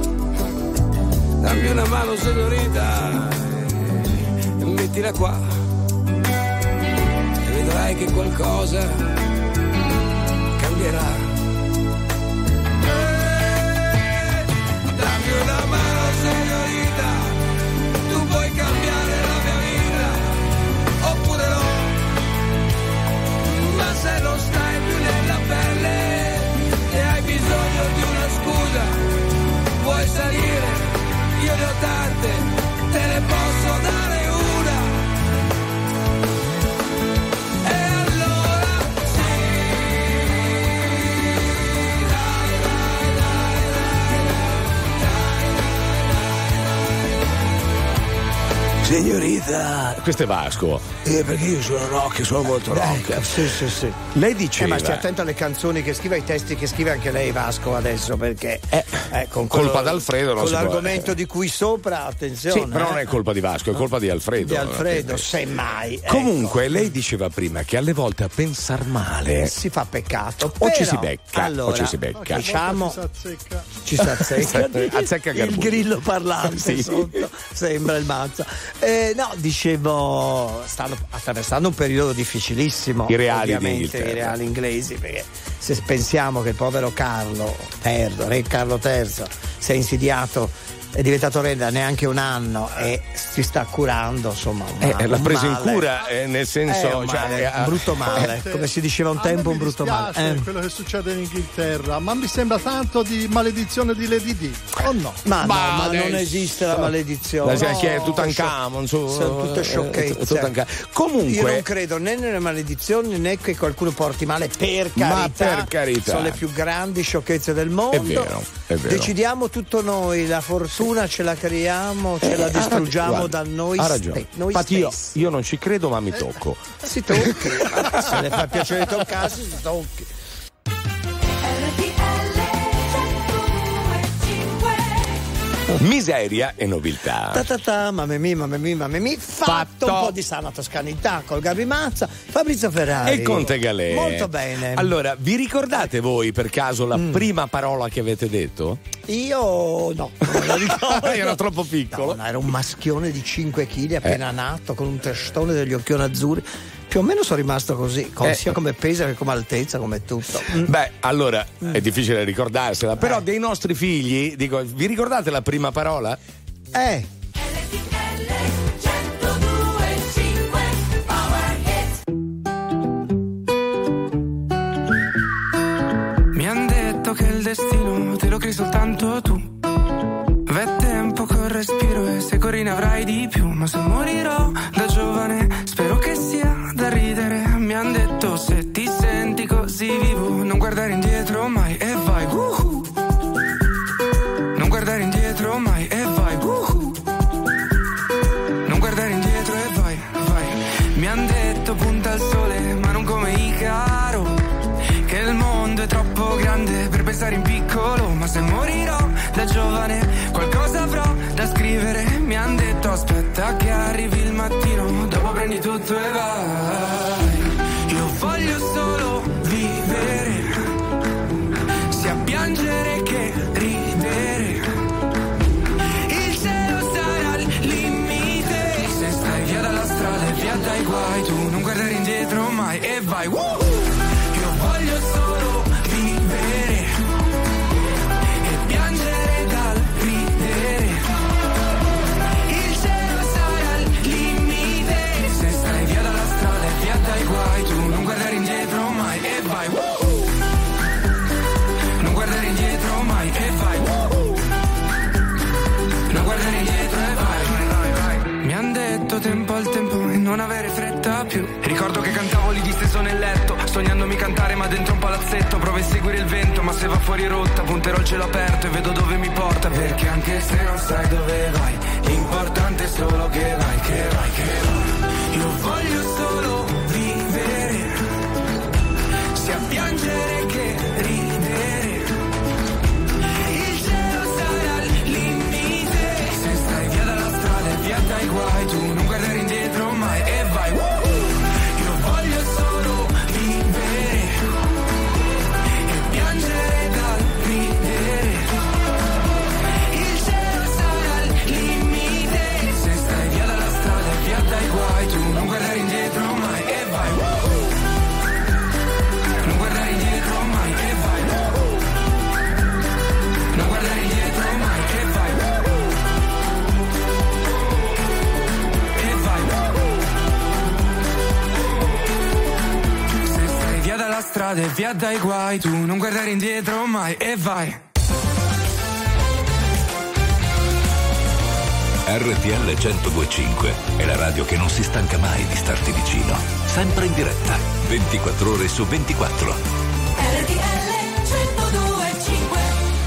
Dammi una mano signorita e mettila qua, e vedrai che qualcosa cambierà. Eh, dammi una mano signorita, tu puoi cambiare la mia vita oppure no. Ma se non stai più nella pelle e hai bisogno di una scusa, puoi salire, io ne ho tante, te ne posso dare una. E allora sì, dai, dai, dai, dai, dai, dai. Signorita, Questo è Vasco. eh, perché io sono rock, sono molto rock. Ecco, sì, sì, sì. Lei Eh, diceva. ma stia attento alle canzoni che scrive, ai testi che scrive anche lei, Vasco, adesso, perché Eh, eh, con colpa quello- d'Alfredo non con si può- l'argomento di cui sopra, attenzione. Sì, però eh. non è colpa di Vasco, è colpa di Alfredo. Di Alfredo, Eh, semmai. ecco. Comunque, lei diceva prima che alle volte a pensar male Si fa peccato. o ci però, si becca, allora, o ci si becca. diciamo, Si azzecca. ci si azzecca. Azzecca il Garbuglio. grillo parlante Sì. sotto, sembra il Mazza. Eh, no, dicevo, stanno attraversando un periodo difficilissimo. I reali ovviamente, d'Inghilterra. i reali inglesi, perché se pensiamo che il povero Carlo terzo, re Carlo terzo, si è insidiato, è diventato re da neanche un anno e si sta curando, insomma, un Eh, male, l'ha un preso in male. cura, eh, nel Eh, senso. un, cioè, male, eh, un brutto male, Eh, come si diceva un a me tempo, un mi brutto dispiace male. Eh. quello che succede in Inghilterra, ma mi sembra tanto di maledizione di Lady Di. Oh no. Ma, no, Ma ma adesso- non esiste la maledizione. La- No, chi è Tutankhamon, su- sono tutte eh, sciocchezze. Tutankhamon. Io Comunque, non credo né nelle maledizioni né che qualcuno porti male, per Ma carità. per carità. Sono le più grandi sciocchezze del mondo. È vero, è vero. Decidiamo tutto noi, la fortuna ce la creiamo, ce Eh, la ha ragione, distruggiamo guarda, da noi, ha ragione. ste- noi Infatti io, stessi. io non ci credo, ma mi tocco. Si tocchi, ma se le fa piacere toccarsi, si tocchi. Miseria e nobiltà. Ta ta ta, mamma mia, mamma mia, mamma mia, fatto, Fatto. un po' di sana toscanità col Gabi Mazza, Fabrizio Ferrari E il Conte Galè. Molto bene. Allora, vi ricordate voi per caso la prima parola che avete detto? Io no, non me la ricordo. Era troppo piccolo. No, no, era un maschione di cinque chili appena nato con un testone degli occhioni azzurri. Più o meno sono rimasto così, con- Eh. sia come peso che come altezza, come tutto. Mm. Beh, allora è difficile ricordarsela, però dei nostri figli, dico, vi ricordate la prima parola? Eh, morirò da giovane spero che sia da ridere. Mi han detto se ti senti così vivo non guardare indietro mai e vai uh-huh. Non guardare indietro mai e vai uh-huh. Non guardare indietro e vai, vai. Mi han detto punta al sole ma non come Icaro, che il mondo è troppo grande per pensare in piccolo. Ma se morirò da giovane qualcosa avrò da scrivere. Mi han detto aspetta che arrivi il mattino, dopo prendi tutto e vai. Io voglio solo vivere, sia piangere che ridere. Il cielo sarà il limite, se stai via dalla strada e via dai guai, tu non guardare indietro mai e vai. Woo! Io voglio solo vivere e piangere dal ridere. Il cielo sarà il limite, se stai via dalla strada e via dai guai, tu non guardare indietro mai e vai. Woo! Non guardare indietro mai e vai. Woo! Non guardare indietro e vai. Mi han detto tempo al tempo e non avere fretta più. Ricordo che cantavo lì disteso nel letto, sognandomi cantare ma dentro un palazzetto. Provo a seguire il vento ma se va fuori rotta punterò il cielo aperto e vedo dove mi porta. Perché anche se non sai dove vai, l'importante è solo che vai, che vai, che vai. Io voglio solo vivere, sia piangere che ridere. Il cielo sarà il limite, se stai via dalla strada e via dai guai, tu non guardare indietro mai e vai. Woo! Io voglio solo vivere e piangere dal ridere. Il cielo sarà il limite, se stai via dalla strada e via dai guai, tu non guardare indietro mai e vai. Woo! Non guardare indietro mai e vai. Woo! Non guardare indietro mai e vai. Woo! E vai. Woo! Se stai via dalla strada e via dai guai, tu non guardare indietro mai e vai. R T L centodue e cinque è la radio che non si stanca mai di starti vicino, sempre in diretta, ventiquattro ore su ventiquattro. R T L centodue e cinque.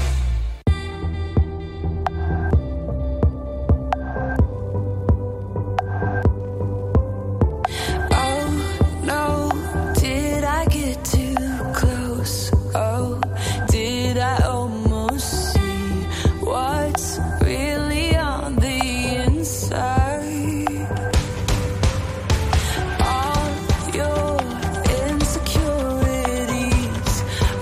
Oh no, did I get too close? Oh, did I almost see what's really on the inside? All your insecurities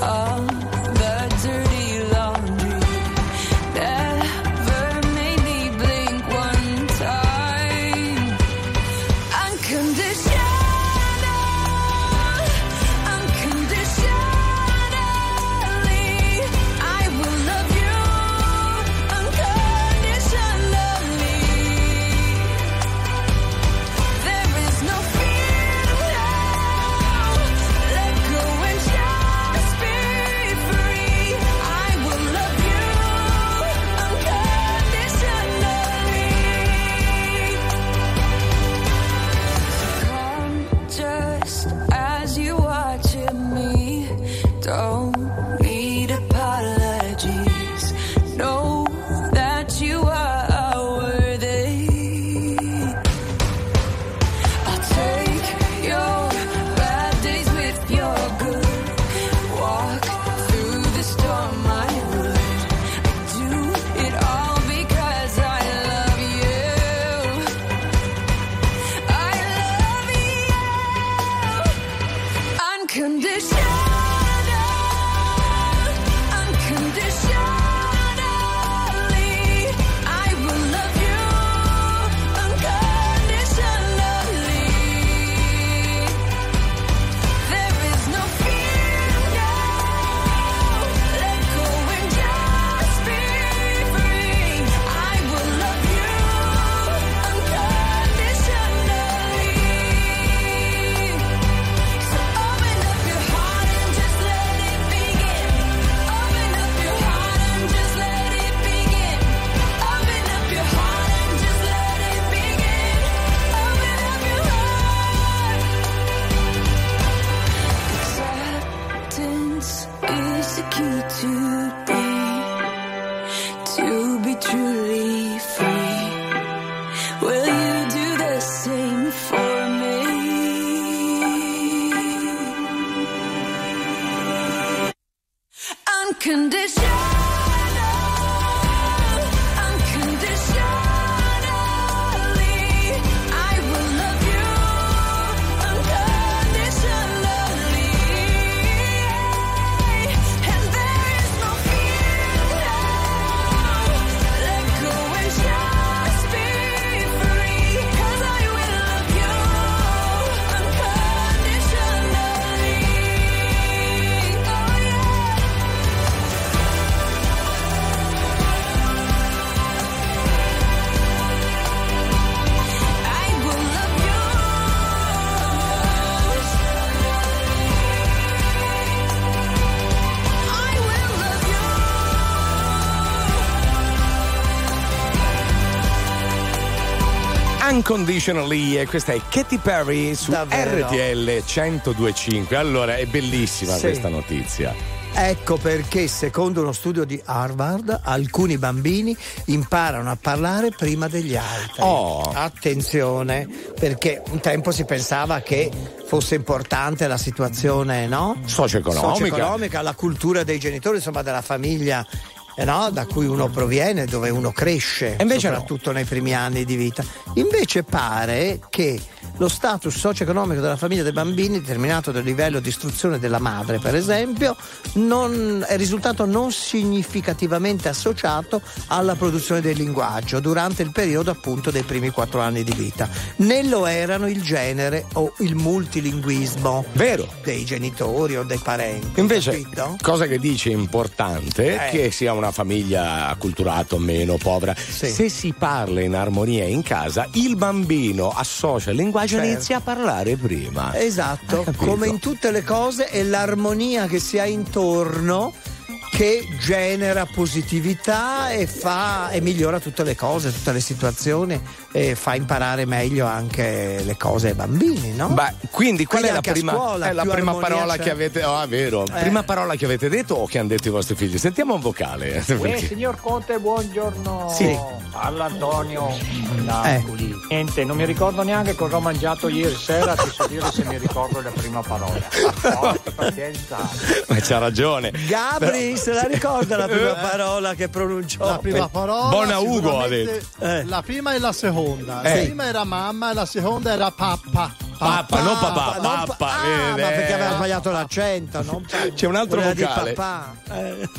Unconditionally, e questa è Katy Perry su Davvero? R T L centodue e cinque. Allora, è bellissima Sì. questa notizia. Ecco perché, secondo uno studio di Harvard, alcuni bambini imparano a parlare prima degli altri. Oh. Attenzione, perché un tempo si pensava che fosse importante la situazione, no? Socio-economica. Socio-economica, la cultura dei genitori, insomma, della famiglia. Eh no, da cui uno proviene, dove uno cresce, E invece soprattutto nei primi anni di vita. Invece pare che lo status socio-economico della famiglia dei bambini, determinato dal livello di istruzione della madre, per esempio, non, è risultato non significativamente associato alla produzione del linguaggio durante il periodo appunto dei primi quattro anni di vita. Né lo erano il genere o il multilinguismo Vero. dei genitori o dei parenti. Invece, capito? cosa che dice importante, Eh. che sia una famiglia acculturata o meno povera, se si parla in armonia in casa, il bambino associa il linguaggio e Certo. inizia a parlare prima. Esatto, Hai capito? come in tutte le cose è l'armonia che si ha intorno che genera positività e fa e migliora tutte le cose, tutte le situazioni e fa imparare meglio anche le cose ai bambini, no? Beh, quindi qual Quindi è la anche a prima, scuola è la più prima armonia parola c'è. che avete oh, è vero Eh. prima parola che avete detto o che hanno detto i vostri figli? Sentiamo un vocale. Eh, Perché- signor Conte, buongiorno. Sì. Parla Antonio Napoli. Niente, non mi ricordo neanche cosa ho mangiato ieri sera, ti so dire se mi ricordo la prima parola. Porta pazienza. Ma c'ha ragione. Gabri se la ricorda la prima parola che pronunciò? La prima parola. Buona Ugo, ha sicuramente, Eh. La prima e la seconda. La Eh. prima era mamma e la seconda era papà. Pappa, non papà, non pa- pappa. ah, vede? ma perché aveva sbagliato l'accento, non pa- C'è un altro voleva dire vocale. papà. Eh.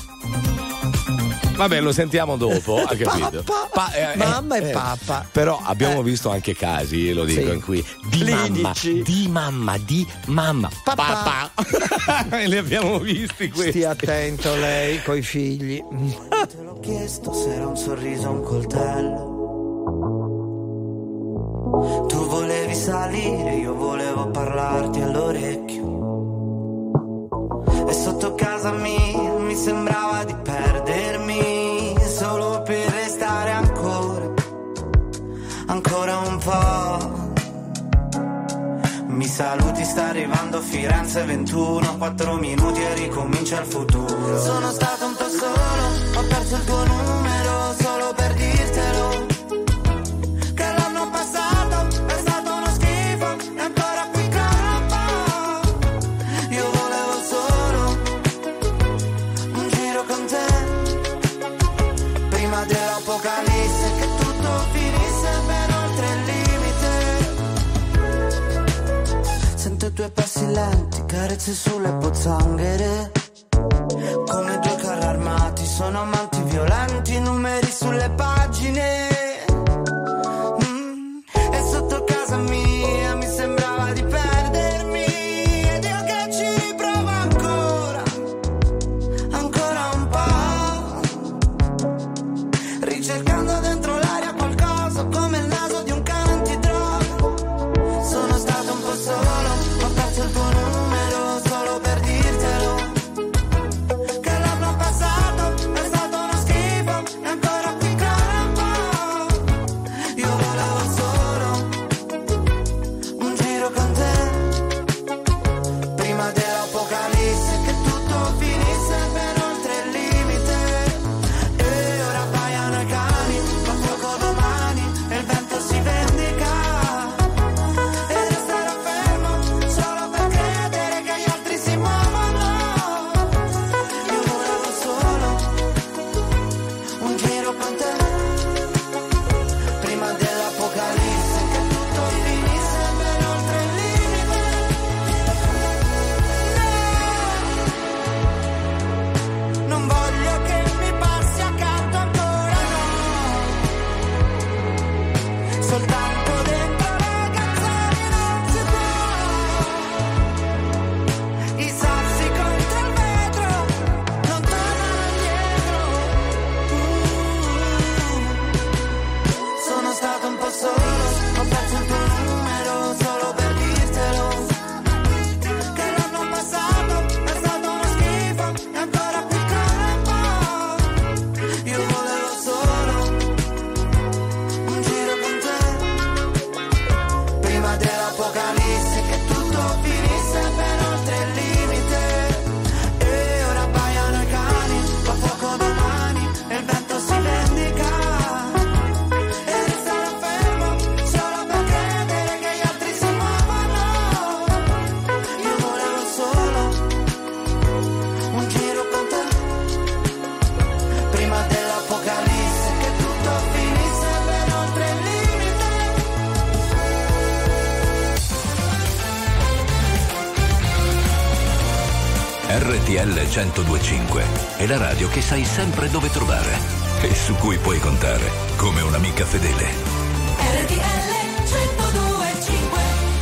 Vabbè, lo sentiamo dopo, ha capito? Papà, Pa- eh, eh, mamma e eh. papà. Però abbiamo visto anche casi, lo dico Sì. in cui, di mamma, Clinici. di mamma, di mamma, Papà. papà. Li abbiamo visti questi. Stia attento lei coi figli. Te l'ho chiesto se era un sorriso o un coltello. Tu volevi salire, io volevo parlarti all'orecchio. E sotto casa mia mi sembrava di perdermi, solo per restare ancora, ancora un po'. Mi saluti, sta arrivando Firenze ventuno, quattro minuti e ricomincia il futuro. Sono stato un po' solo, ho perso il tuo numero solo per dirtelo. Che l'anno passato è stato uno schifo e ancora qui campo. Io volevo solo un giro con te, prima dell'apocalisse, che tutto finisse ben oltre il limite. Sento i tuoi passi lenti, carezze sulle pozzanghere, come due carri armati, sono amanti violenti, numeri sulle pagine. Mm. E sotto casa mia mi sembrava di perdermi, ed io che ci riprovo ancora, ancora un po', ricercando dentro l'aria qualcosa come il naso di un cane antidroga. Sono stato un po' solo, ho perso il tuo numero solo per dirtelo. prima dell'apocalisse, che tutto finisse ben oltre il limite. E ora abbaiano i cani, fa fuoco domani e il vento si vendica. E resterò fermo solo per credere che gli altri si muovano. Io volevo solo un giro con te, prima dell'apocalisse, che tutto finisse ben oltre il limite. R T L centodue e cinque è la radio che sai sempre dove trovare e su cui puoi contare come un'amica fedele. R T L centodue e cinque.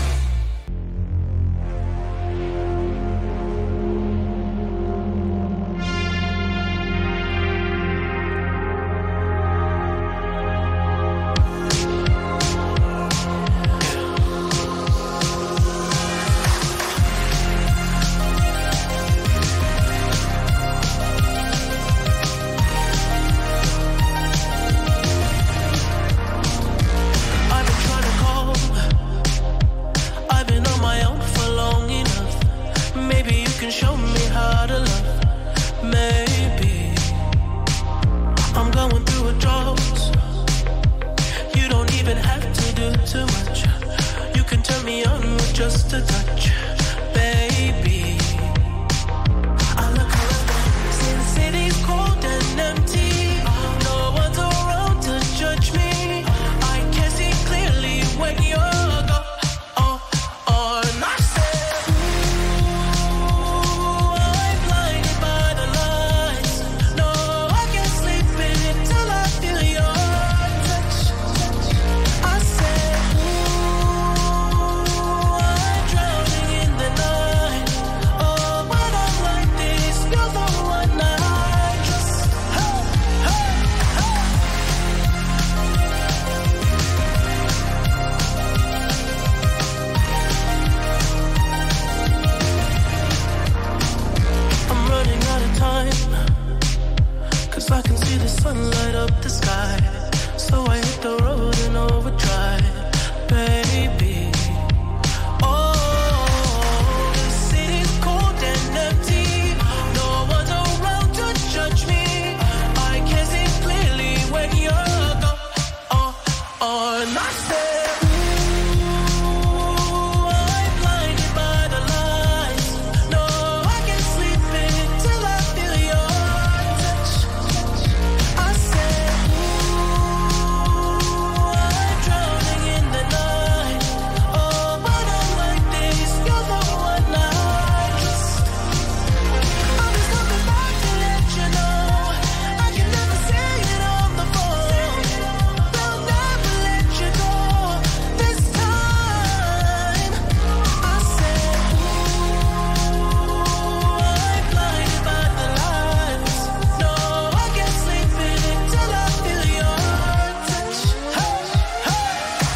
I've been trying to call. I've been on my own for long enough. Maybe you can show me how to love. Maybe I'm going through a drought. You don't even have to do too much. You can turn me on with just a touch, baby. I look around, since city's cold and empty. No one's around to judge me. I can see clearly when you're gone. Oh, oh, and I said, ooh, I'm blinded by the lights. No, I can't sleep in it till I feel your touch. I said, ooh, I'm drowning in the night. Oh, when I'm like this, you're the one I trust. Hey, hey, hey. I'm running out of time, 'cause I can see the sun light up the sky. So I hit the road in overdrive, baby. Oh, the city's cold and empty. No one's around to judge me. I can see clearly when you're gone. Oh, oh, and I said, ooh, I'm blinded by the lights. No, I can't sleep until I feel your touch. I said, ooh, I'm drowning in the night. Oh, when I'm like this, you're the one I trust. I'm just coming back to let you know I can never say it on the phone. They'll never let you go this time. I said, ooh, I'm blinded by the lights. No, I can't sleep in it till I feel your touch. Hey, hey,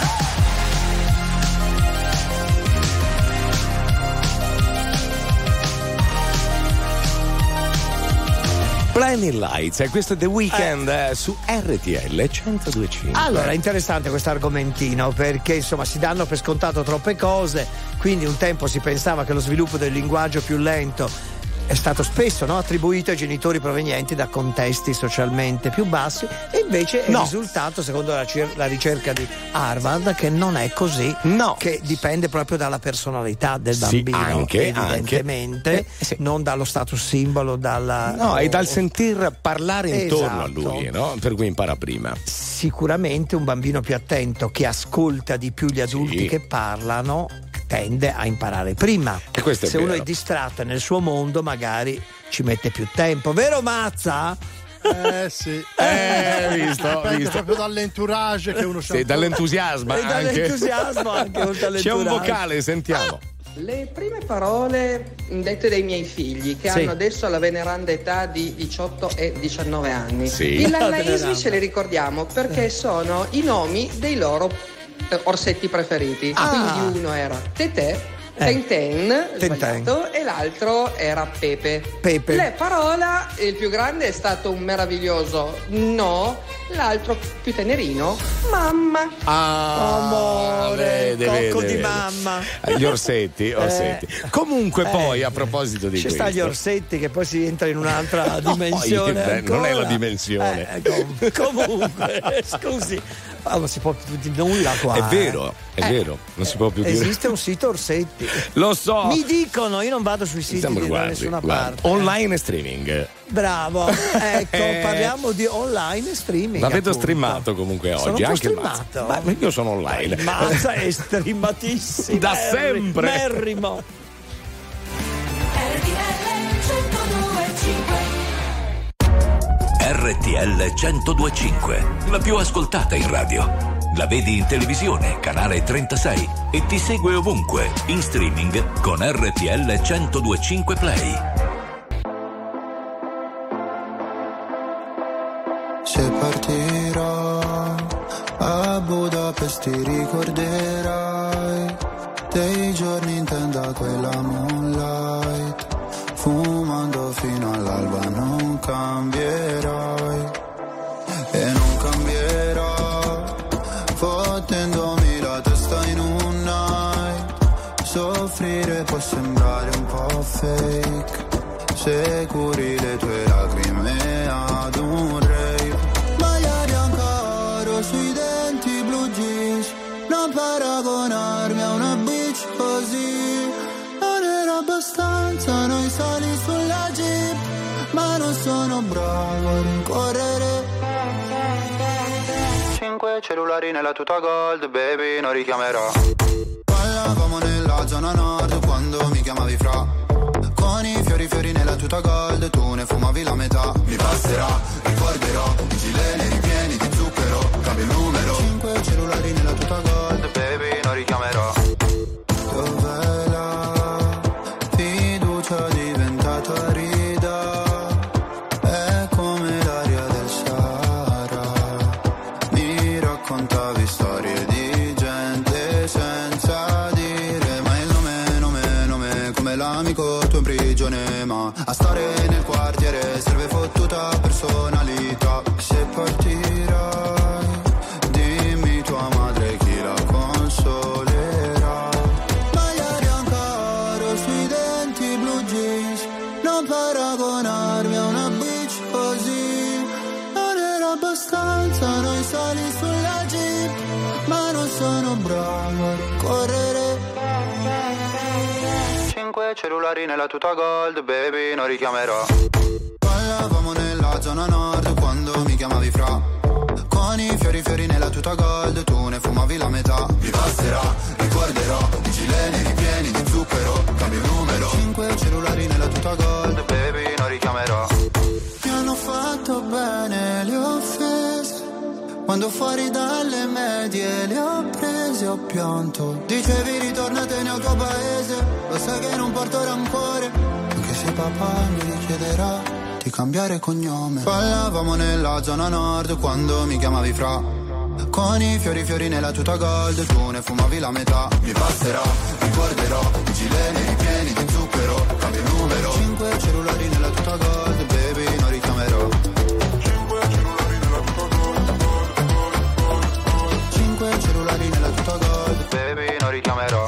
Blinding Lights, e questo è The Weeknd eh, su R T L centodue e cinque. Allora, interessante questo argomentino, perché insomma si danno per scontato troppe cose, quindi un tempo si pensava che lo sviluppo del linguaggio più lento è stato spesso, no, attribuito ai genitori provenienti da contesti socialmente più bassi, e invece è No. risultato, secondo la, cer- la ricerca di Harvard, che non è così, No. che dipende proprio dalla personalità del Sì, bambino, anche, evidentemente, anche. Eh, sì. non dallo status simbolo, dalla No, e dal o- sentir parlare intorno a Esatto. lui, no? Per cui impara prima. Sicuramente un bambino più attento, che ascolta di più gli adulti Sì. che parlano, tende a imparare prima. E questo è Se uno vero. è distratto nel suo mondo, magari ci mette più tempo, vero Mazza? Eh sì. Eh, hai visto, Dipende visto. proprio dall'entourage che uno Sì, c'ha. dall'entusiasmo E anche. dall'entusiasmo anche, oltre C'è un all'entourage. vocale, sentiamo. Le prime parole dette dai miei figli, che Sì. hanno adesso la veneranda età di diciotto e diciannove anni. Sì. I La Lannaismi veneranda. ce li ricordiamo perché sono i nomi dei loro eh, orsetti preferiti. Ah. Quindi uno era Tetè, Tenten, Tenten. sbagliato, e l'altro era Pepe. Pepe. La parola, il più grande è stato un meraviglioso no, l'altro più tenerino, mamma. Ah, Amore, vede, cocco vede, di vede. mamma. Gli orsetti, orsetti. Comunque Eh. poi a proposito di Ci questo, sta gli orsetti che poi si entra in un'altra dimensione. beh, non è la ancora. dimensione. Eh, com- comunque, scusi, ma non si può più di nulla qua. È vero, eh. è Eh, vero, non si può più dire. Esiste un sito Orsetti. Lo so. Mi dicono, io non vado sui siti Sembra, da guardi, nessuna guardi. parte. Online streaming. Bravo, ecco, Eh. parliamo di online streaming. L'avete appunto. streamato comunque Sono oggi, un po' anche streamato. Mazza. Ma io sono online. Mazza è streamatissimo. Da Merri- sempre. Merrimo. R T L centodue e cinque, la più ascoltata in radio. La vedi in televisione, canale trentasei, e ti segue ovunque, in streaming con R T L centodue e cinque Play. Se partirò a Budapest ti ricorderai dei giorni in tenda quella moonlight, fumando fino all'alba non cambierai e non cambierò, fottendomi la testa in un night. Soffrire può sembrare un po' fake se curi le tue lacrime ad un rave. Magliari ancora sui denti blu jeans, non paragonarmi a una bitch così. Non era abbastanza noi soli sulla jeep, ma non sono bravo a rincorrere. Cinque cellulari nella tuta gold, baby, non richiamerò. Parlavamo nella zona nord quando mi chiamavi fra, con i fiori fiori nella tuta gold, tu ne fumavi la metà. Mi passerà, ricorderò, i gileni ripieni di zucchero, cambio il numero. Cinque cellulari nella tuta gold, baby, non richiamerò. Dov'è la fiducia diventata rida? È come l'aria del Sahara. Mi raccontavi storie di gente senza dire mai il nome, nome, nome, come l'amico tuo in prigione, ma a stare nel quartiere serve fottuta personalità. Se partirai, dimmi tua madre chi la consolerà. Magliari ancora sui denti blu jeans, non paragonarmi a una bitch così. Non era abbastanza noi soli sulla jeep, ma non sono bravo a correre. Cinque cellulari nella tuta gold, baby, non richiamerò. Parlavamo nella zona nord quando mi chiamavi fra, con i fiori fiori nella tuta gold, tu ne fumavi la metà. Mi passerà, ricorderò, i gileni ripieni di zucchero, cambio il numero. Cinque cellulari nella tuta gold, baby, non richiamerò. Mi hanno fatto bene le offese, quando fuori dalle medie le ho prese, ho pianto. Dicevi ritornatene al tuo paese, lo sai che non porto rancore, anche se papà mi richiederà di cambiare cognome. Parlavamo nella zona nord quando mi chiamavi fra, con i fiori fiori nella tuta gold, tu ne fumavi la metà. Mi passerà, ricorderò, i gileni ripieni di zucchero, cambio il numero. Cinque cellulari nella tuta gold, baby, non richiamerò. Cinque cellulari nella tuta gold, baby, non richiamerò.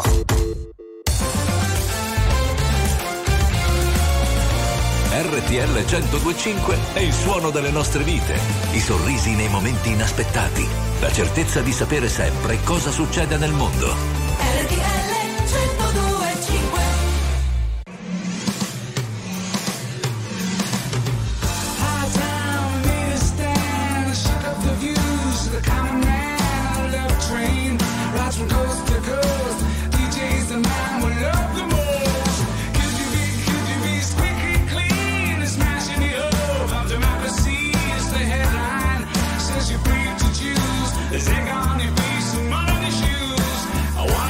R T L centodue e cinque è il suono delle nostre vite, i sorrisi nei momenti inaspettati, la certezza di sapere sempre cosa succede nel mondo. R T L centodue e cinque. High town, need a stand, shut up the views, the common man, love train, rides from coast to coast, D J's the man we love the most. Could you be, could you be squeaky clean, smashing the hope of democracy is the headline, says you're free to choose, there's egg on your face and mud on your shoes. I want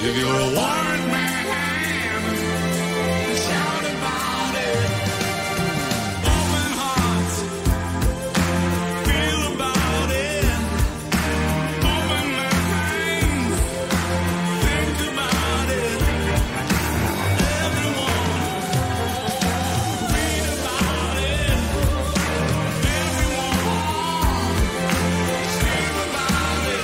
If you're a one man hand, shout about it. Open hearts, feel about it. Open minds, think about it. Everyone, read about it. Everyone, sing about it.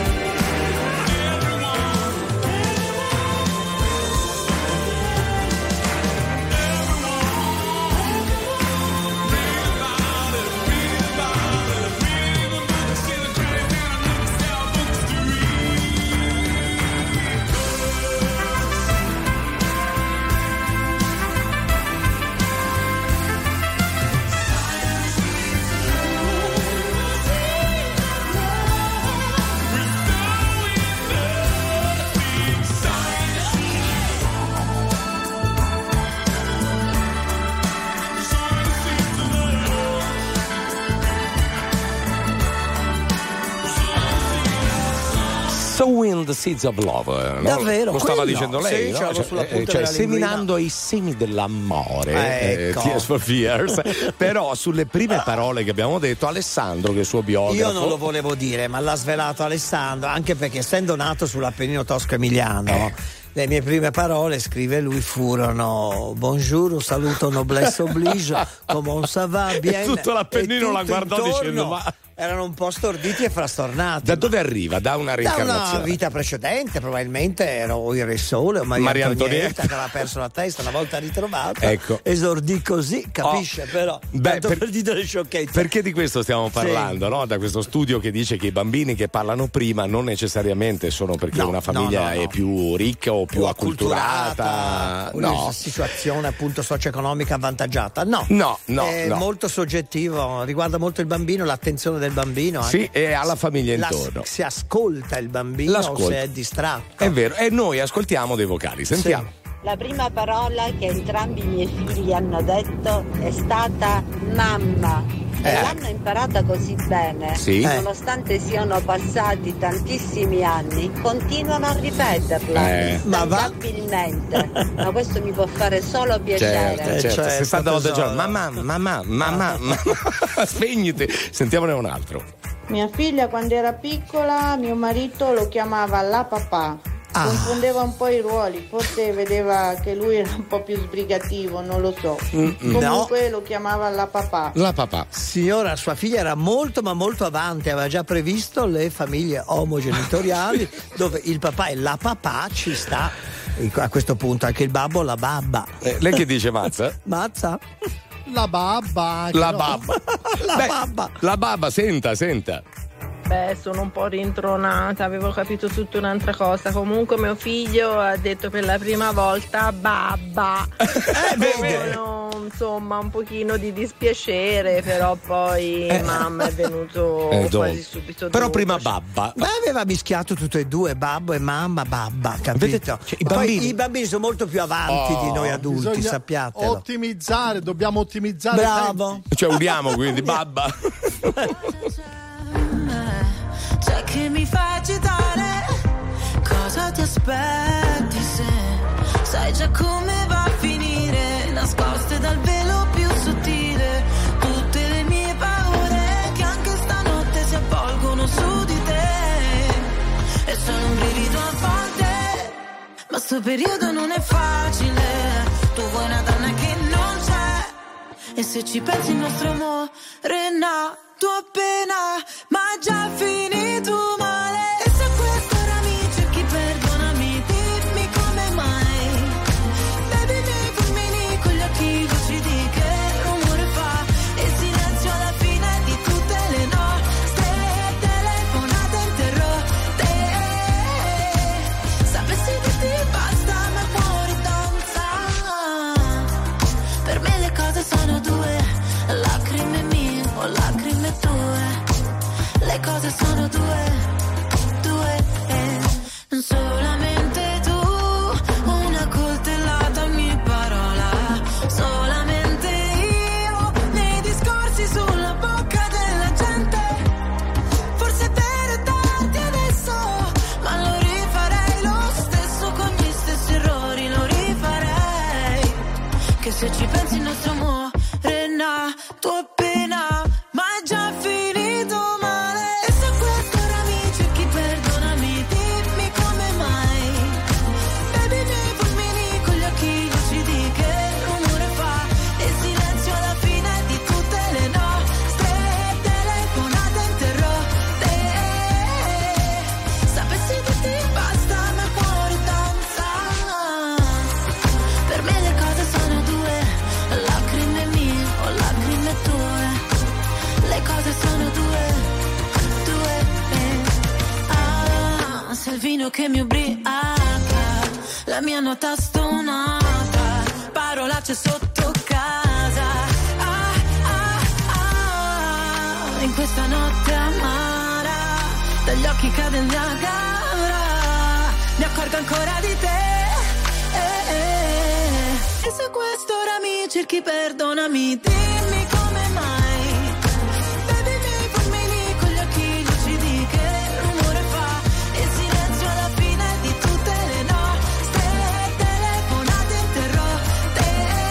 Sowing the seeds of love, no? Davvero? Lo stava Quello? dicendo lei, Sì, no? ce l'avevo sulla Cioè, punta cioè della seminando i semi dell'amore, Ecco. eh, Tears for Fears. Però sulle prime parole che abbiamo detto, Alessandro, che è il suo biografo, Io non lo volevo dire, ma l'ha svelato Alessandro, anche perché essendo nato sull'Appennino tosco-emiliano, Eh. le mie prime parole, scrive lui, furono buongiorno, un saluto noblesse oblige, come ça va bien. E tutto l'Appennino E la tutto guardò intorno dicendo, ma erano un po' storditi e frastornati. da dove arriva? Da una Da reincarnazione? una vita precedente, probabilmente ero il Re Sole o Maria, Maria Antonietta, Antonietta. che aveva perso la testa, una volta ritrovata. Ecco. Esordì così, capisce? Oh. Però Beh, tanto per- per dire le sciocchezze. Perché di questo stiamo parlando, no? Da questo studio che dice che i bambini che parlano prima non necessariamente sono perché No, una famiglia no, no, no. è più ricca o più O acculturata. una No. situazione appunto socio-economica avvantaggiata. No, No, no, è no. molto soggettivo, riguarda molto il bambino, l'attenzione del bambino. Sì, anche. e alla famiglia La- intorno. si ascolta il bambino o L'ascolta. se è distratto. È vero, e noi ascoltiamo dei vocali, sentiamo. La prima parola che entrambi i miei figli hanno detto è stata mamma. E Eh. l'hanno imparata così bene, Sì. nonostante siano passati tantissimi anni, continuano a ripeterla Eh. instancabilmente. Ma questo mi può fare solo piacere. Certo, certo, certo, sessanta volte al tesoro. giorno. Mamma, mamma, mamma, mamma. Spegniti. Sentiamone un altro. Mia figlia quando era piccola, mio marito lo chiamava la papà. Ah. Confondeva un po' i ruoli, forse vedeva che lui era un po' più sbrigativo, non lo so. Mm-mm. Comunque lo chiamava la papà. La papà. Signora, sua figlia era molto ma molto avanti, aveva già previsto le famiglie omogenitoriali dove il papà e la papà ci sta. A questo punto anche il babbo, la babba. Eh, lei che dice, Mazza? Mazza? La babba. La no. babba. La Beh, babba. La babba, senta, senta. Beh, sono un po' rintronata, avevo capito tutta un'altra cosa. Comunque mio figlio ha detto per la prima volta babba. Eh, vede. Avevo, insomma, un pochino di dispiacere, però poi Eh. mamma è venuto Eh, dopo. quasi subito Però dopo. prima babba. Ma aveva mischiato tutte e due, babbo e mamma, babba, capito? Vedete, cioè, i Poi bambini- i bambini sono molto più avanti Oh, di noi adulti, Bisogna sappiatelo. ottimizzare, dobbiamo ottimizzare. i Bravo. Cioè, uniamo quindi babba. C'è che mi fa agitare. Cosa ti aspetti se sai già come va a finire? Nascoste dal velo più sottile tutte le mie paure che anche stanotte si avvolgono su di te. E sono un brivido a volte, ma sto periodo non è facile. Tu vuoi una donna che non c'è, e se ci pensi il nostro amore è nato appena, ma già finito male. E se a quest'ora mi cerchi, perdonami, dimmi come mai. Bevi miei fulmini con gli occhi lucidi, che rumore fa il silenzio alla fine di tutte le nostre telefonate interrotte. Sapessi che ti basta, ma fuori danza. Per me le cose sono due, lacrime mie o lacrime tue. Le cose sono due, due, non solamente tu, una coltellata ogni parola, solamente io, nei discorsi sulla bocca della gente. Forse per darti adesso, ma lo rifarei lo stesso vino che mi ubriaca, la mia nota stonata, parolacce sotto casa. Ah, ah, ah, in questa notte amara, dagli occhi cade il Niagara, mi accorgo ancora di te. Eh, eh. E se questo ora mi cerchi, perdonami, dimmi come mai. Bevi i miei fulmini con gli occhi lucidi, che rumore fa il silenzio alla fine di tutte le nostre telefonate interrotte.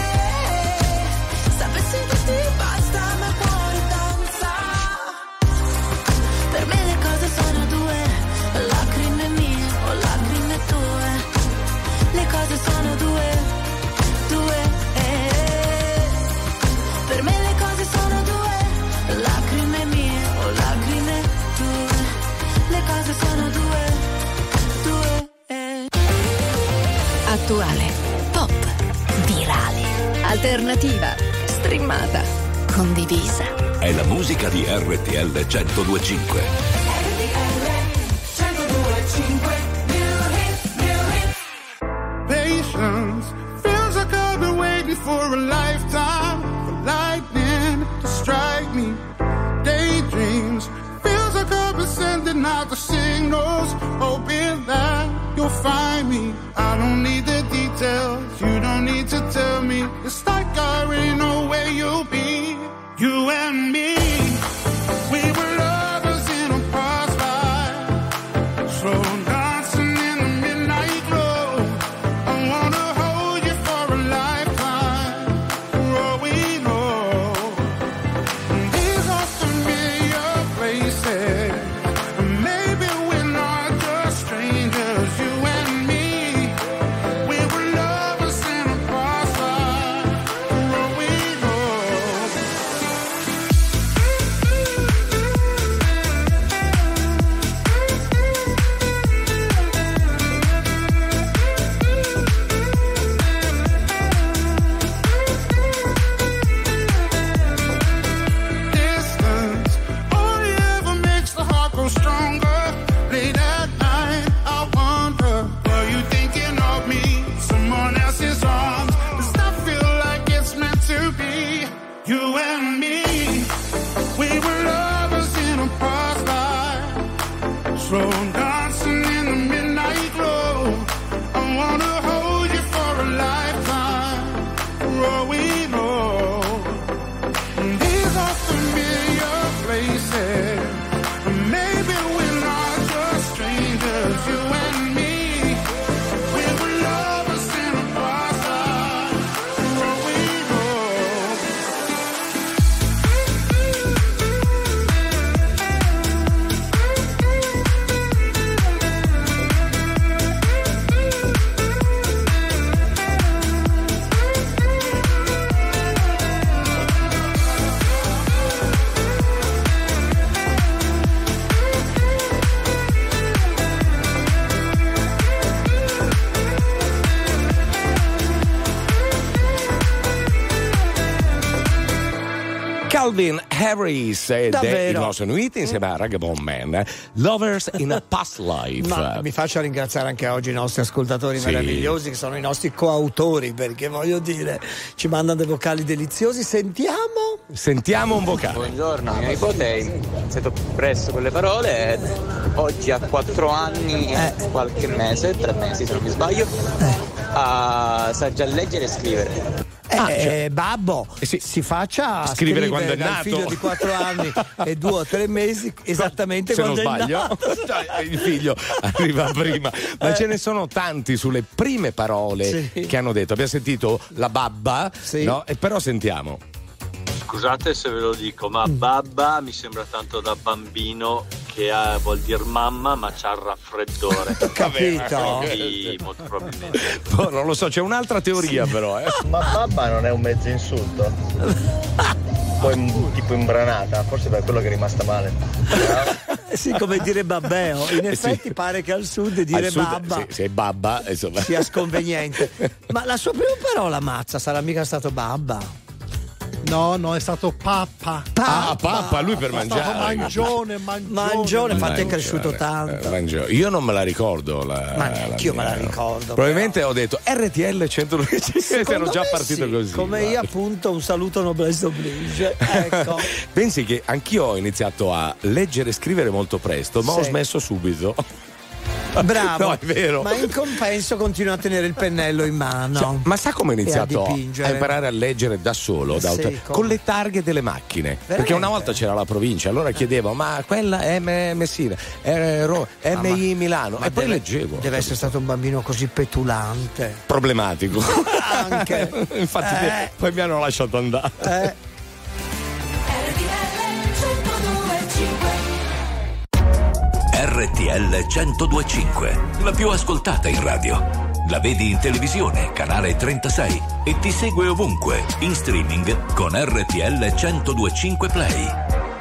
Sapessi che ti basta, ma il cuore danza. Per me le cose sono due, lacrime mie o lacrime tue. Le cose sono due, due, eh. Per me le cose sono due, lacrime mie o lacrime tue. Le cose sono due, due, eh. Attuale, pop, virale, alternativa, streamata, condivisa. È la musica di R T L centodue e cinque. Patience feels like I've been waiting for a lifetime for lightning to strike me. Daydreams feels like I've been sending out the signals, hoping that you'll find me. I don't need the details, you don't need to tell me. It's like I already know where you'll be. You and me, we were lovers in a past life, slow dancing in the midnight glow. I wanna hold you for a lifetime, for all we know. These are familiar places, and maybe we're not just strangers. You and me, we were lovers in a past life, for all we know. Distance only ever makes the heart grow stronger. Late at night, I wonder, were you thinking of me? Someone else's arms. Does that feel like it's meant to be? You and me, we were lovers in a past life, slow dancing in the midnight glow. I wanna hold you for a lifetime, for all we know. These are familiar places, and maybe we're not just strangers. You and me, we were lovers in a past life, for all we know. Calvin Harris ed è il Davvero? nostro Nuiti insieme a Ragabone Man, Lovers in a Past Life. Ma mi faccio ringraziare anche oggi i nostri ascoltatori Sì. meravigliosi che sono i nostri coautori, perché voglio dire, ci mandano dei vocali deliziosi. Sentiamo. Sentiamo un vocale. Buongiorno, mio nipote è iniziato presto con le parole, ed oggi ha quattro anni e qualche mese, tre mesi se non mi sbaglio, ah, sa già leggere e scrivere. Eh, Ah, cioè- eh, babbo, si faccia Scrivere scrivere quando è dal nato. figlio di quattro anni e due o tre mesi, esattamente Se non quando è sbaglio, nato. Cioè, il figlio arriva prima, ma ce ne sono tanti sulle prime parole Sì. che hanno detto. Abbiamo sentito la babba, no? E però sentiamo. Scusate se ve lo dico, ma babba mi sembra tanto da bambino che ha, vuol dire mamma, ma c'ha il raffreddore. Capito? Quindi, molto probabilmente. Oh, non lo so, c'è un'altra teoria però. Eh. Ma babba non è un mezzo insulto? Poi m- tipo imbranata, forse per quello che è rimasta male. Eh sì, come dire babbeo. In effetti pare che al sud dire Al sud, babba sì, se è babba, insomma. sia sconveniente. Ma la sua prima parola, mazza, sarà mica stato babba? No, no, è stato pappa. Ah, pappa, lui per È mangiare. stato mangione, mangione. Mangione, infatti è Mangiare, cresciuto eh, tanto. mangiare. Io non me la ricordo. La, Ma neanche io me la mia. ricordo. Probabilmente ho detto R T L centodue Secondo ero già me partito sì, così. Come guarda. io, appunto, un saluto noblesse oblige. Ecco. Pensi che anch'io ho iniziato a leggere e scrivere molto presto, ma ho Sì. smesso subito. Bravo. No, è vero. Ma in compenso continua a tenere il pennello in mano. Cioè, ma sa come ho iniziato E a a, dipingere. imparare a leggere da solo? Da Sì, auto- come? con le targhe delle macchine. Perché Veramente? una volta c'era la provincia, allora chiedevo, ma quella è M- Messina, è Ro- M I Milano. Ma e poi deve- leggevo. Deve essere stato un bambino così petulante. Problematico. Anche. Infatti, Eh. poi mi hanno lasciato andare. Eh. R T L centodue e cinque, la più ascoltata in radio. La vedi in televisione, canale trentasei, e ti segue ovunque, in streaming con R T L centodue e cinque Play.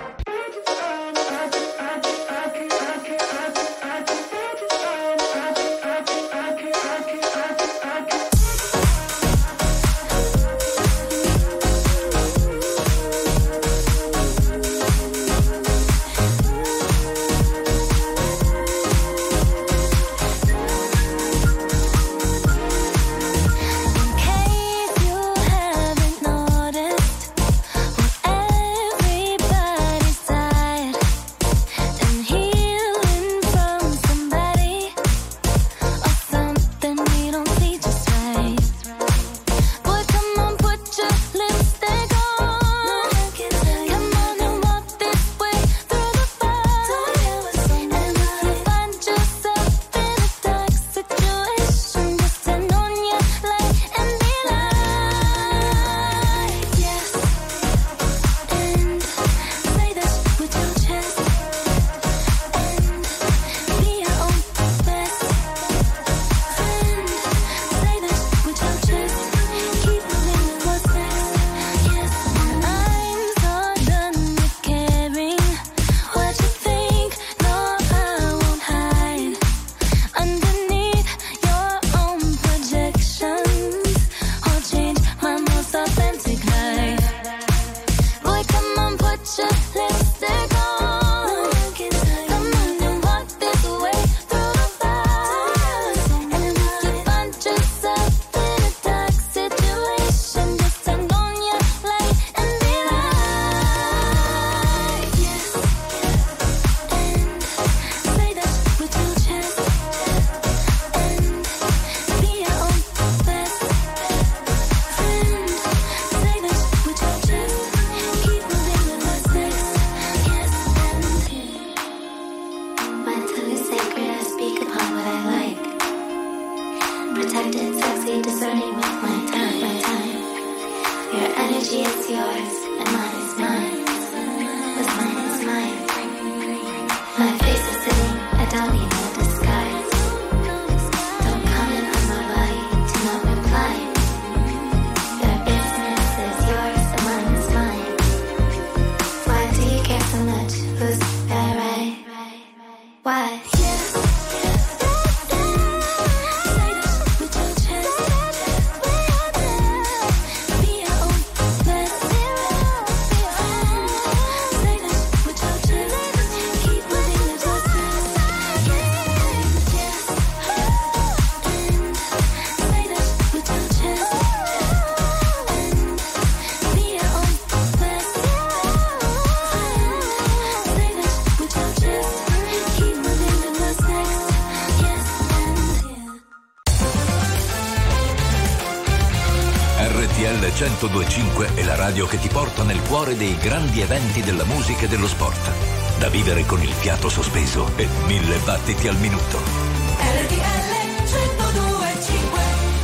centodue e cinque è la radio che ti porta nel cuore dei grandi eventi della musica e dello sport. Da vivere con il fiato sospeso e mille battiti al minuto. R T L centodue e cinque.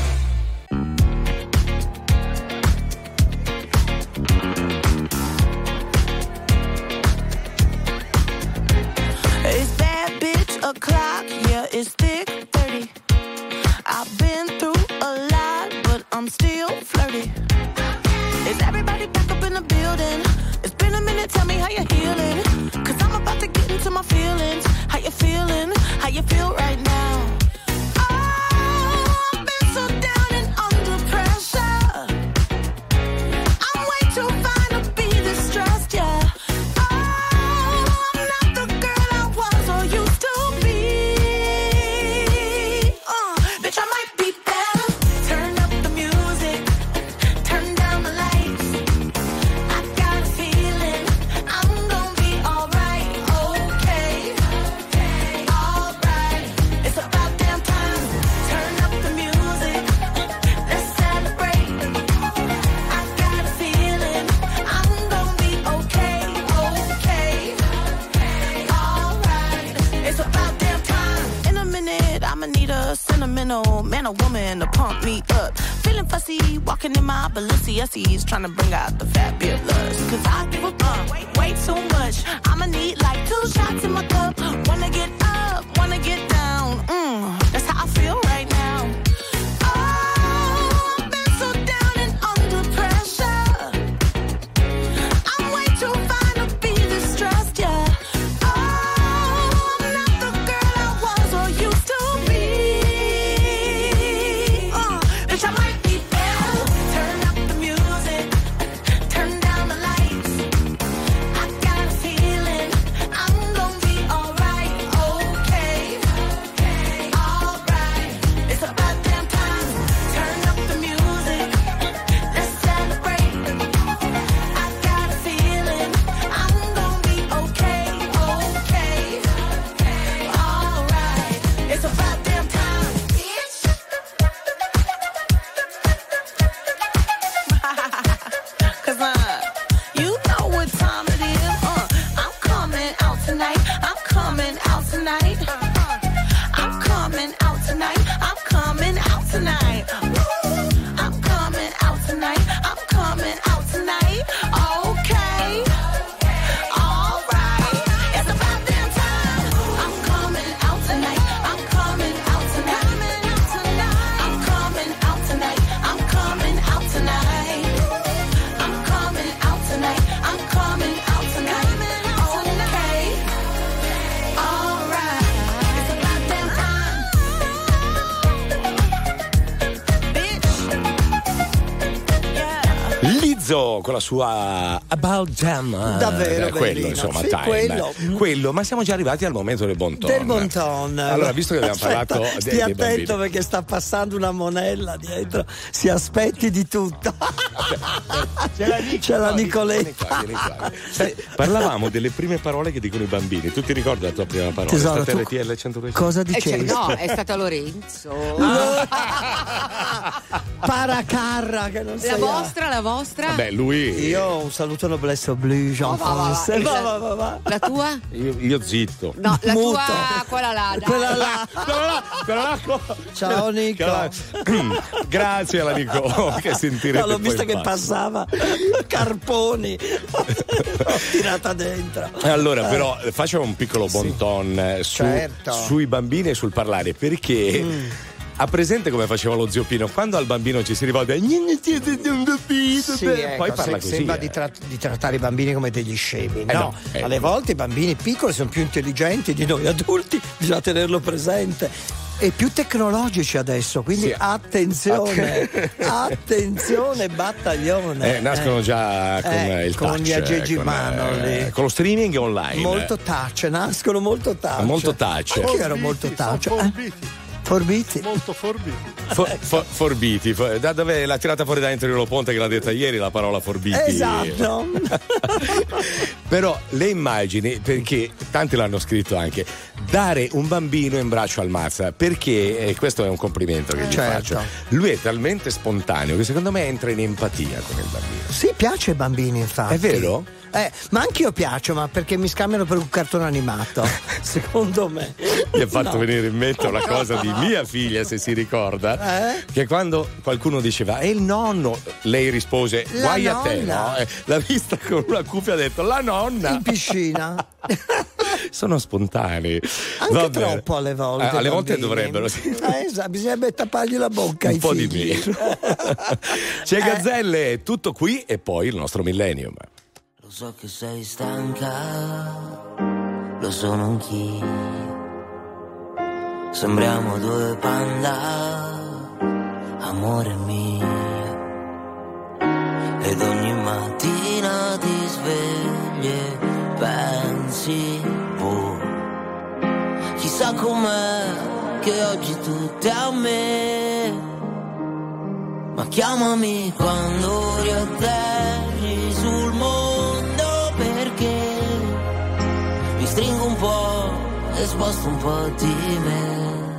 It's that bitch o'clock, yeah, it's thick thirty. I've been through a lot, but I'm still flirty. Is everybody back up in the building? It's been a minute, tell me how you're healing. Cause I'm about to get into my feelings. How you feeling? How you feel right now? a sentimental man or woman to pump me up. Feeling fussy, walking in my Balenciennes, trying to bring out the fabulous. Cause I give a fuck way, way too much. I'ma need like two shots in my cup. Wanna get up, wanna get down. Mm, that's how I feel right now. Oh, I've been so down and under pressure. I'm way too fine to be distressed, yeah. Oh, I'm not the girl I was or used to be. Uh, bitch, I might be better. Turn up the music, turn down the lights. I got a feeling I'm gonna be alright, okay, alright. It's about damn time. Turn up the music, let's celebrate. I got a feeling I'm gonna be okay, okay, alright. It's about damn time. Cause uh, you know what time it is. Uh, I'm coming out tonight. I'm coming out tonight. I'm coming out tonight. I'm coming out tonight. Woo! I'm coming out tonight. I'm coming out tonight. Okay. Alright. It's about damn time. I'm coming out tonight. I'm coming out tonight. I'm coming out tonight. I'm coming out tonight. I'm coming out tonight. I'm coming out tonight. Okay. Alright. It's about damn time. Lizzo con la sua About Time. Davvero Eh, quello, bellino. insomma, Sì, time. quello. Quello, ma siamo già arrivati al momento del bon ton. Del bon ton. Allora, visto che abbiamo Aspetta, parlato dei, stia dei attento bambini. perché sta passando una monella dietro, si aspetti di tutto. C'è la, Nic- C'è la no, Nicoletta. vieni qua, vieni qua. Sai, parlavamo delle prime parole che dicono i bambini. Tu ti ricordi la tua prima parola? Tesoro, È stata tu R T L centodue? cosa Eh, cioè, dicevi? no, è stata Lorenzo. Paracarra che non La sei vostra, la vostra? Vabbè, lui. Io un saluto noblesse oblige, Oh, va, va, va. Jean-France. E Va, la- va, va, va. La tua? Io, io zitto. No, la Muto. tua, quella là. dai. Quella là. Quella là, quella là. Ciao Nico. Quella là. Grazie alla Nico che sentirete No, l'ho poi vista in che basso. passava Carponi. L'ho tirata dentro. Allora, però, facciamo un piccolo bon ton eh, su- Certo. sui bambini e sul parlare, perché Mm. ha presente come faceva lo zio Pino? Quando al bambino ci si rivolge, "Gne, siete un bambino", Sì, beh, ecco, poi parla se- così. sembra eh. di, tra- di trattare i bambini come degli scemi. Eh no, no, eh. alle volte i bambini piccoli sono più intelligenti di noi adulti, bisogna tenerlo presente. E più tecnologici adesso, quindi Sì. attenzione, attenzione, battaglione. Eh, nascono già con Eh, il con touch, gli aggeggi in con, mano eh, lì. con lo streaming online. Molto touch, nascono molto touch. Molto touch. Anche io ero molto Sono touch. eh. forbiti, Forbiti. molto forbiti. For- for- forbiti, for- da dove l'ha tirata fuori da Enrico Ponte che l'ha detta ieri la parola forbiti. Esatto. Però le immagini, perché tanti l'hanno scritto anche, dare un bambino in braccio al Mazza, perché, e questo è un complimento che gli Certo. faccio, lui è talmente spontaneo che secondo me entra in empatia con il bambino. Sì, piace ai bambini, infatti. È vero? Eh, ma anche io piaccio, ma perché mi scambiano per un cartone animato, secondo me. Mi ha fatto No. venire in mente una cosa di mia figlia, se si ricorda, Eh? che quando qualcuno diceva e il nonno, lei rispose La guai a te, nonna. no? Eh, l'ha vista con una cuffia, ha detto la nonna. In piscina. Sono spontanei. Anche Va bene. troppo alle volte. Eh, alle i volte bambini. dovrebbero, sì. Eh, esatto, bisognerebbe tappargli la bocca ai Un po' di figli. meno. C'è Eh. Gazzelle, tutto qui e poi il nostro millennium. Lo so che sei stanca, lo sono anch'io. Sembriamo due panda, amore mio. Ed ogni mattina ti svegli e pensi, boh, chissà com'è che oggi tutto è a me. Ma chiamami quando riatterri sul mondo, perché mi stringo un po' e sposto un po' di me.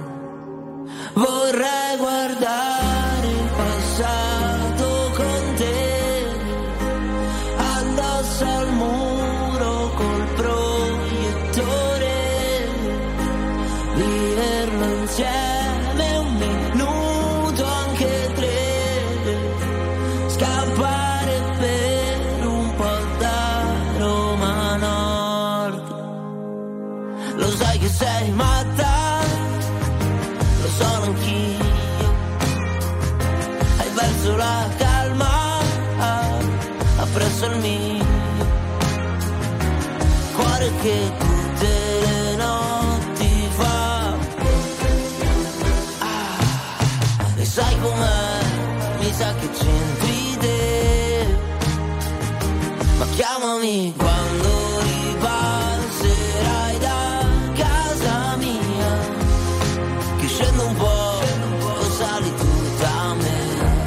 Vorrei guardare il passato con te, addosso al muro col proiettore, viverlo insieme lo sai che sei matta, lo sono anch'io. Hai perso la calma, appresso il mio cuore che tutte le notti fa. Ah, e sai com'è, mi sa che c'entri te, ma chiamami quando ripasserai da casa mia, che scendo un po', lo sali tutta a me.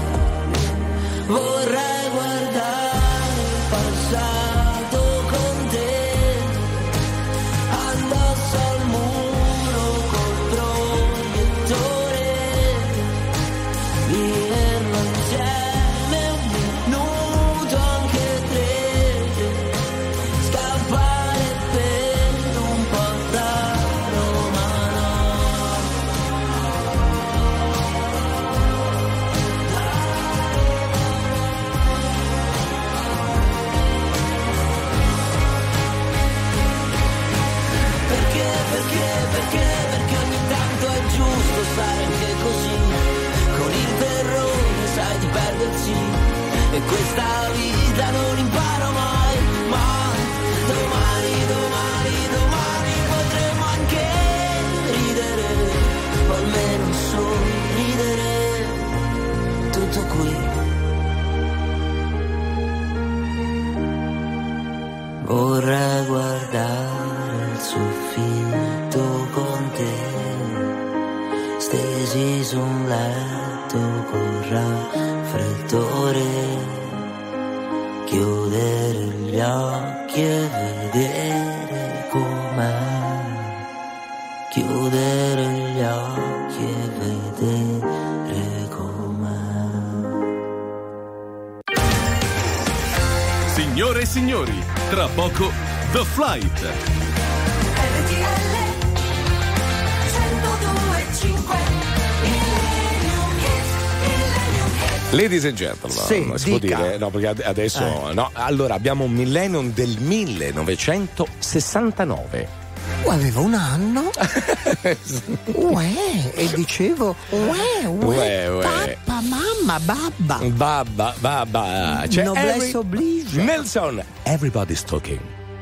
Vorrei guardare il passato con te, addosso al muro col proiettore, vederlo insieme un minuto, anche tre, scappare per un po' da romano. Perché, perché, perché, perché ogni tanto è giusto stare anche così, con il terrore sai di perdersi, e questa vita non imparo mai, mai. Domani, domani, domani potremo anche ridere, o almeno sorridere, tutto qui. Vorrei guardare il soffitto con te, stesi su un letto con raffreddore, chiudere gli occhi e vedere com'è, chiudere gli occhi e vedere com'è. Signore e signori, tra poco The Flight. Ladies and gentlemen, Sì, si può dica. dire? No, perché adesso Eh. no. Allora abbiamo un millennium del millenovecentosessantanove. Oh, avevo un anno. Uè, e dicevo uè, uè, Uè, uè. papà, mamma, babba. Babba, babba. C'è Noblesse Harry oblige. Nelson, Everybody's Talking.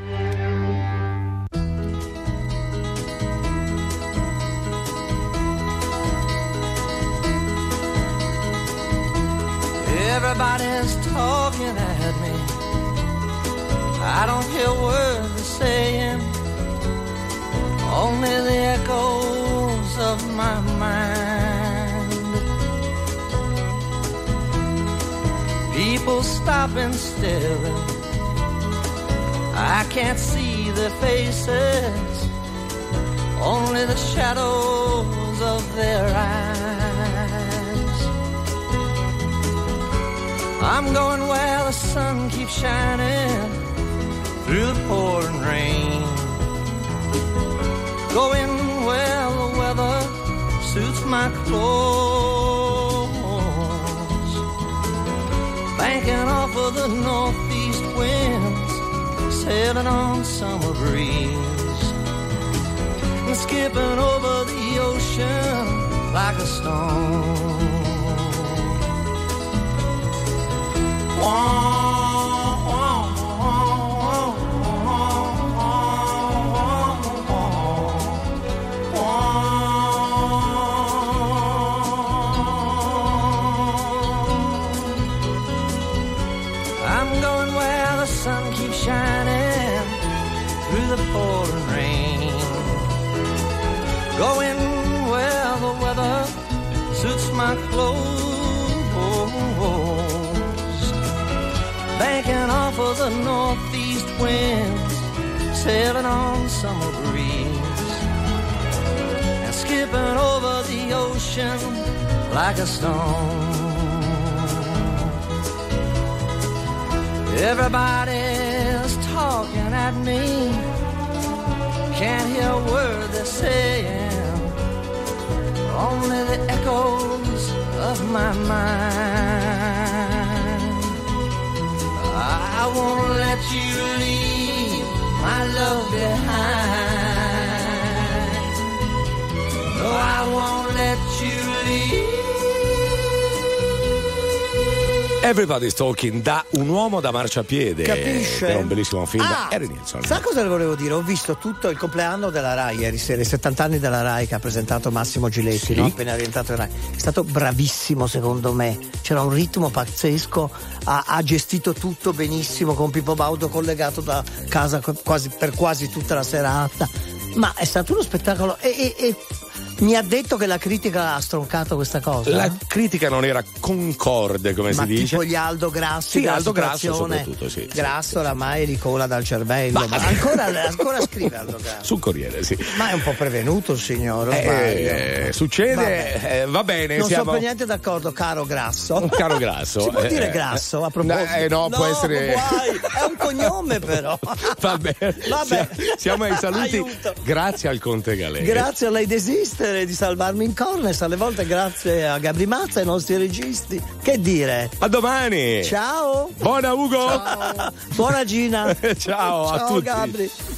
Everybody's talking at me. I don't hear words they're saying, only the echoes of my mind. People stop and stare. I can't see their faces, only the shadows of their eyes. I'm going where the sun keeps shining through the pouring rain, going where the weather suits my clothes, banking off of the northeast winds, sailing on summer breeze, and skipping over the ocean like a stone. I'm going where the sun keeps shining through the pouring rain, going where the weather suits my clothes, banking off of the northeast winds, sailing on summer breeze, and skipping over the ocean like a stone. Everybody's talking at me, can't hear a word they're saying, only the echoes of my mind. I won't let you leave my love behind. Everybody's Talking da Un uomo da marciapiede. Capisce? Era un bellissimo film. Ah, Harry Nilsson. Sa cosa le volevo dire? Ho visto tutto il compleanno della Rai ieri sera, i settanta anni della Rai che ha presentato Massimo Giletti, Sì. no? Appena rientrato in Rai. È stato bravissimo secondo me. C'era un ritmo pazzesco, ha, ha gestito tutto benissimo con Pippo Baudo collegato da casa quasi, per quasi tutta la serata. Ma è stato uno spettacolo e, e, e mi ha detto che la critica ha stroncato questa cosa. La critica non era concorde, come Ma si dice. tipo gli Aldo Grassi, Sì, della Aldo Grasso situazione. soprattutto, sì. Grasso oramai ricola dal cervello. Ma- Ma ancora, ancora scrive Aldo Grasso. Sul Corriere, sì. Ma è un po' prevenuto il signore, o Eh, sbaglio? succede, Vabbè. eh, va bene. Non siamo... sono per niente d'accordo, caro Grasso. Un caro Grasso. Si può Eh, dire eh, Grasso a proposito? eh, no, può essere- guai, è un cognome però. Va bene. Vabbè. Sia- Siamo ai saluti. Aiuto. Grazie al Conte Galè. Grazie a lei desistere di salvarmi in cornes, alle volte grazie a Gabri Mazza e ai nostri registi. Che dire? A domani. Ciao. Buona Ugo. Ciao. Buona Gina. Ciao a Ciao tutti. Gabri.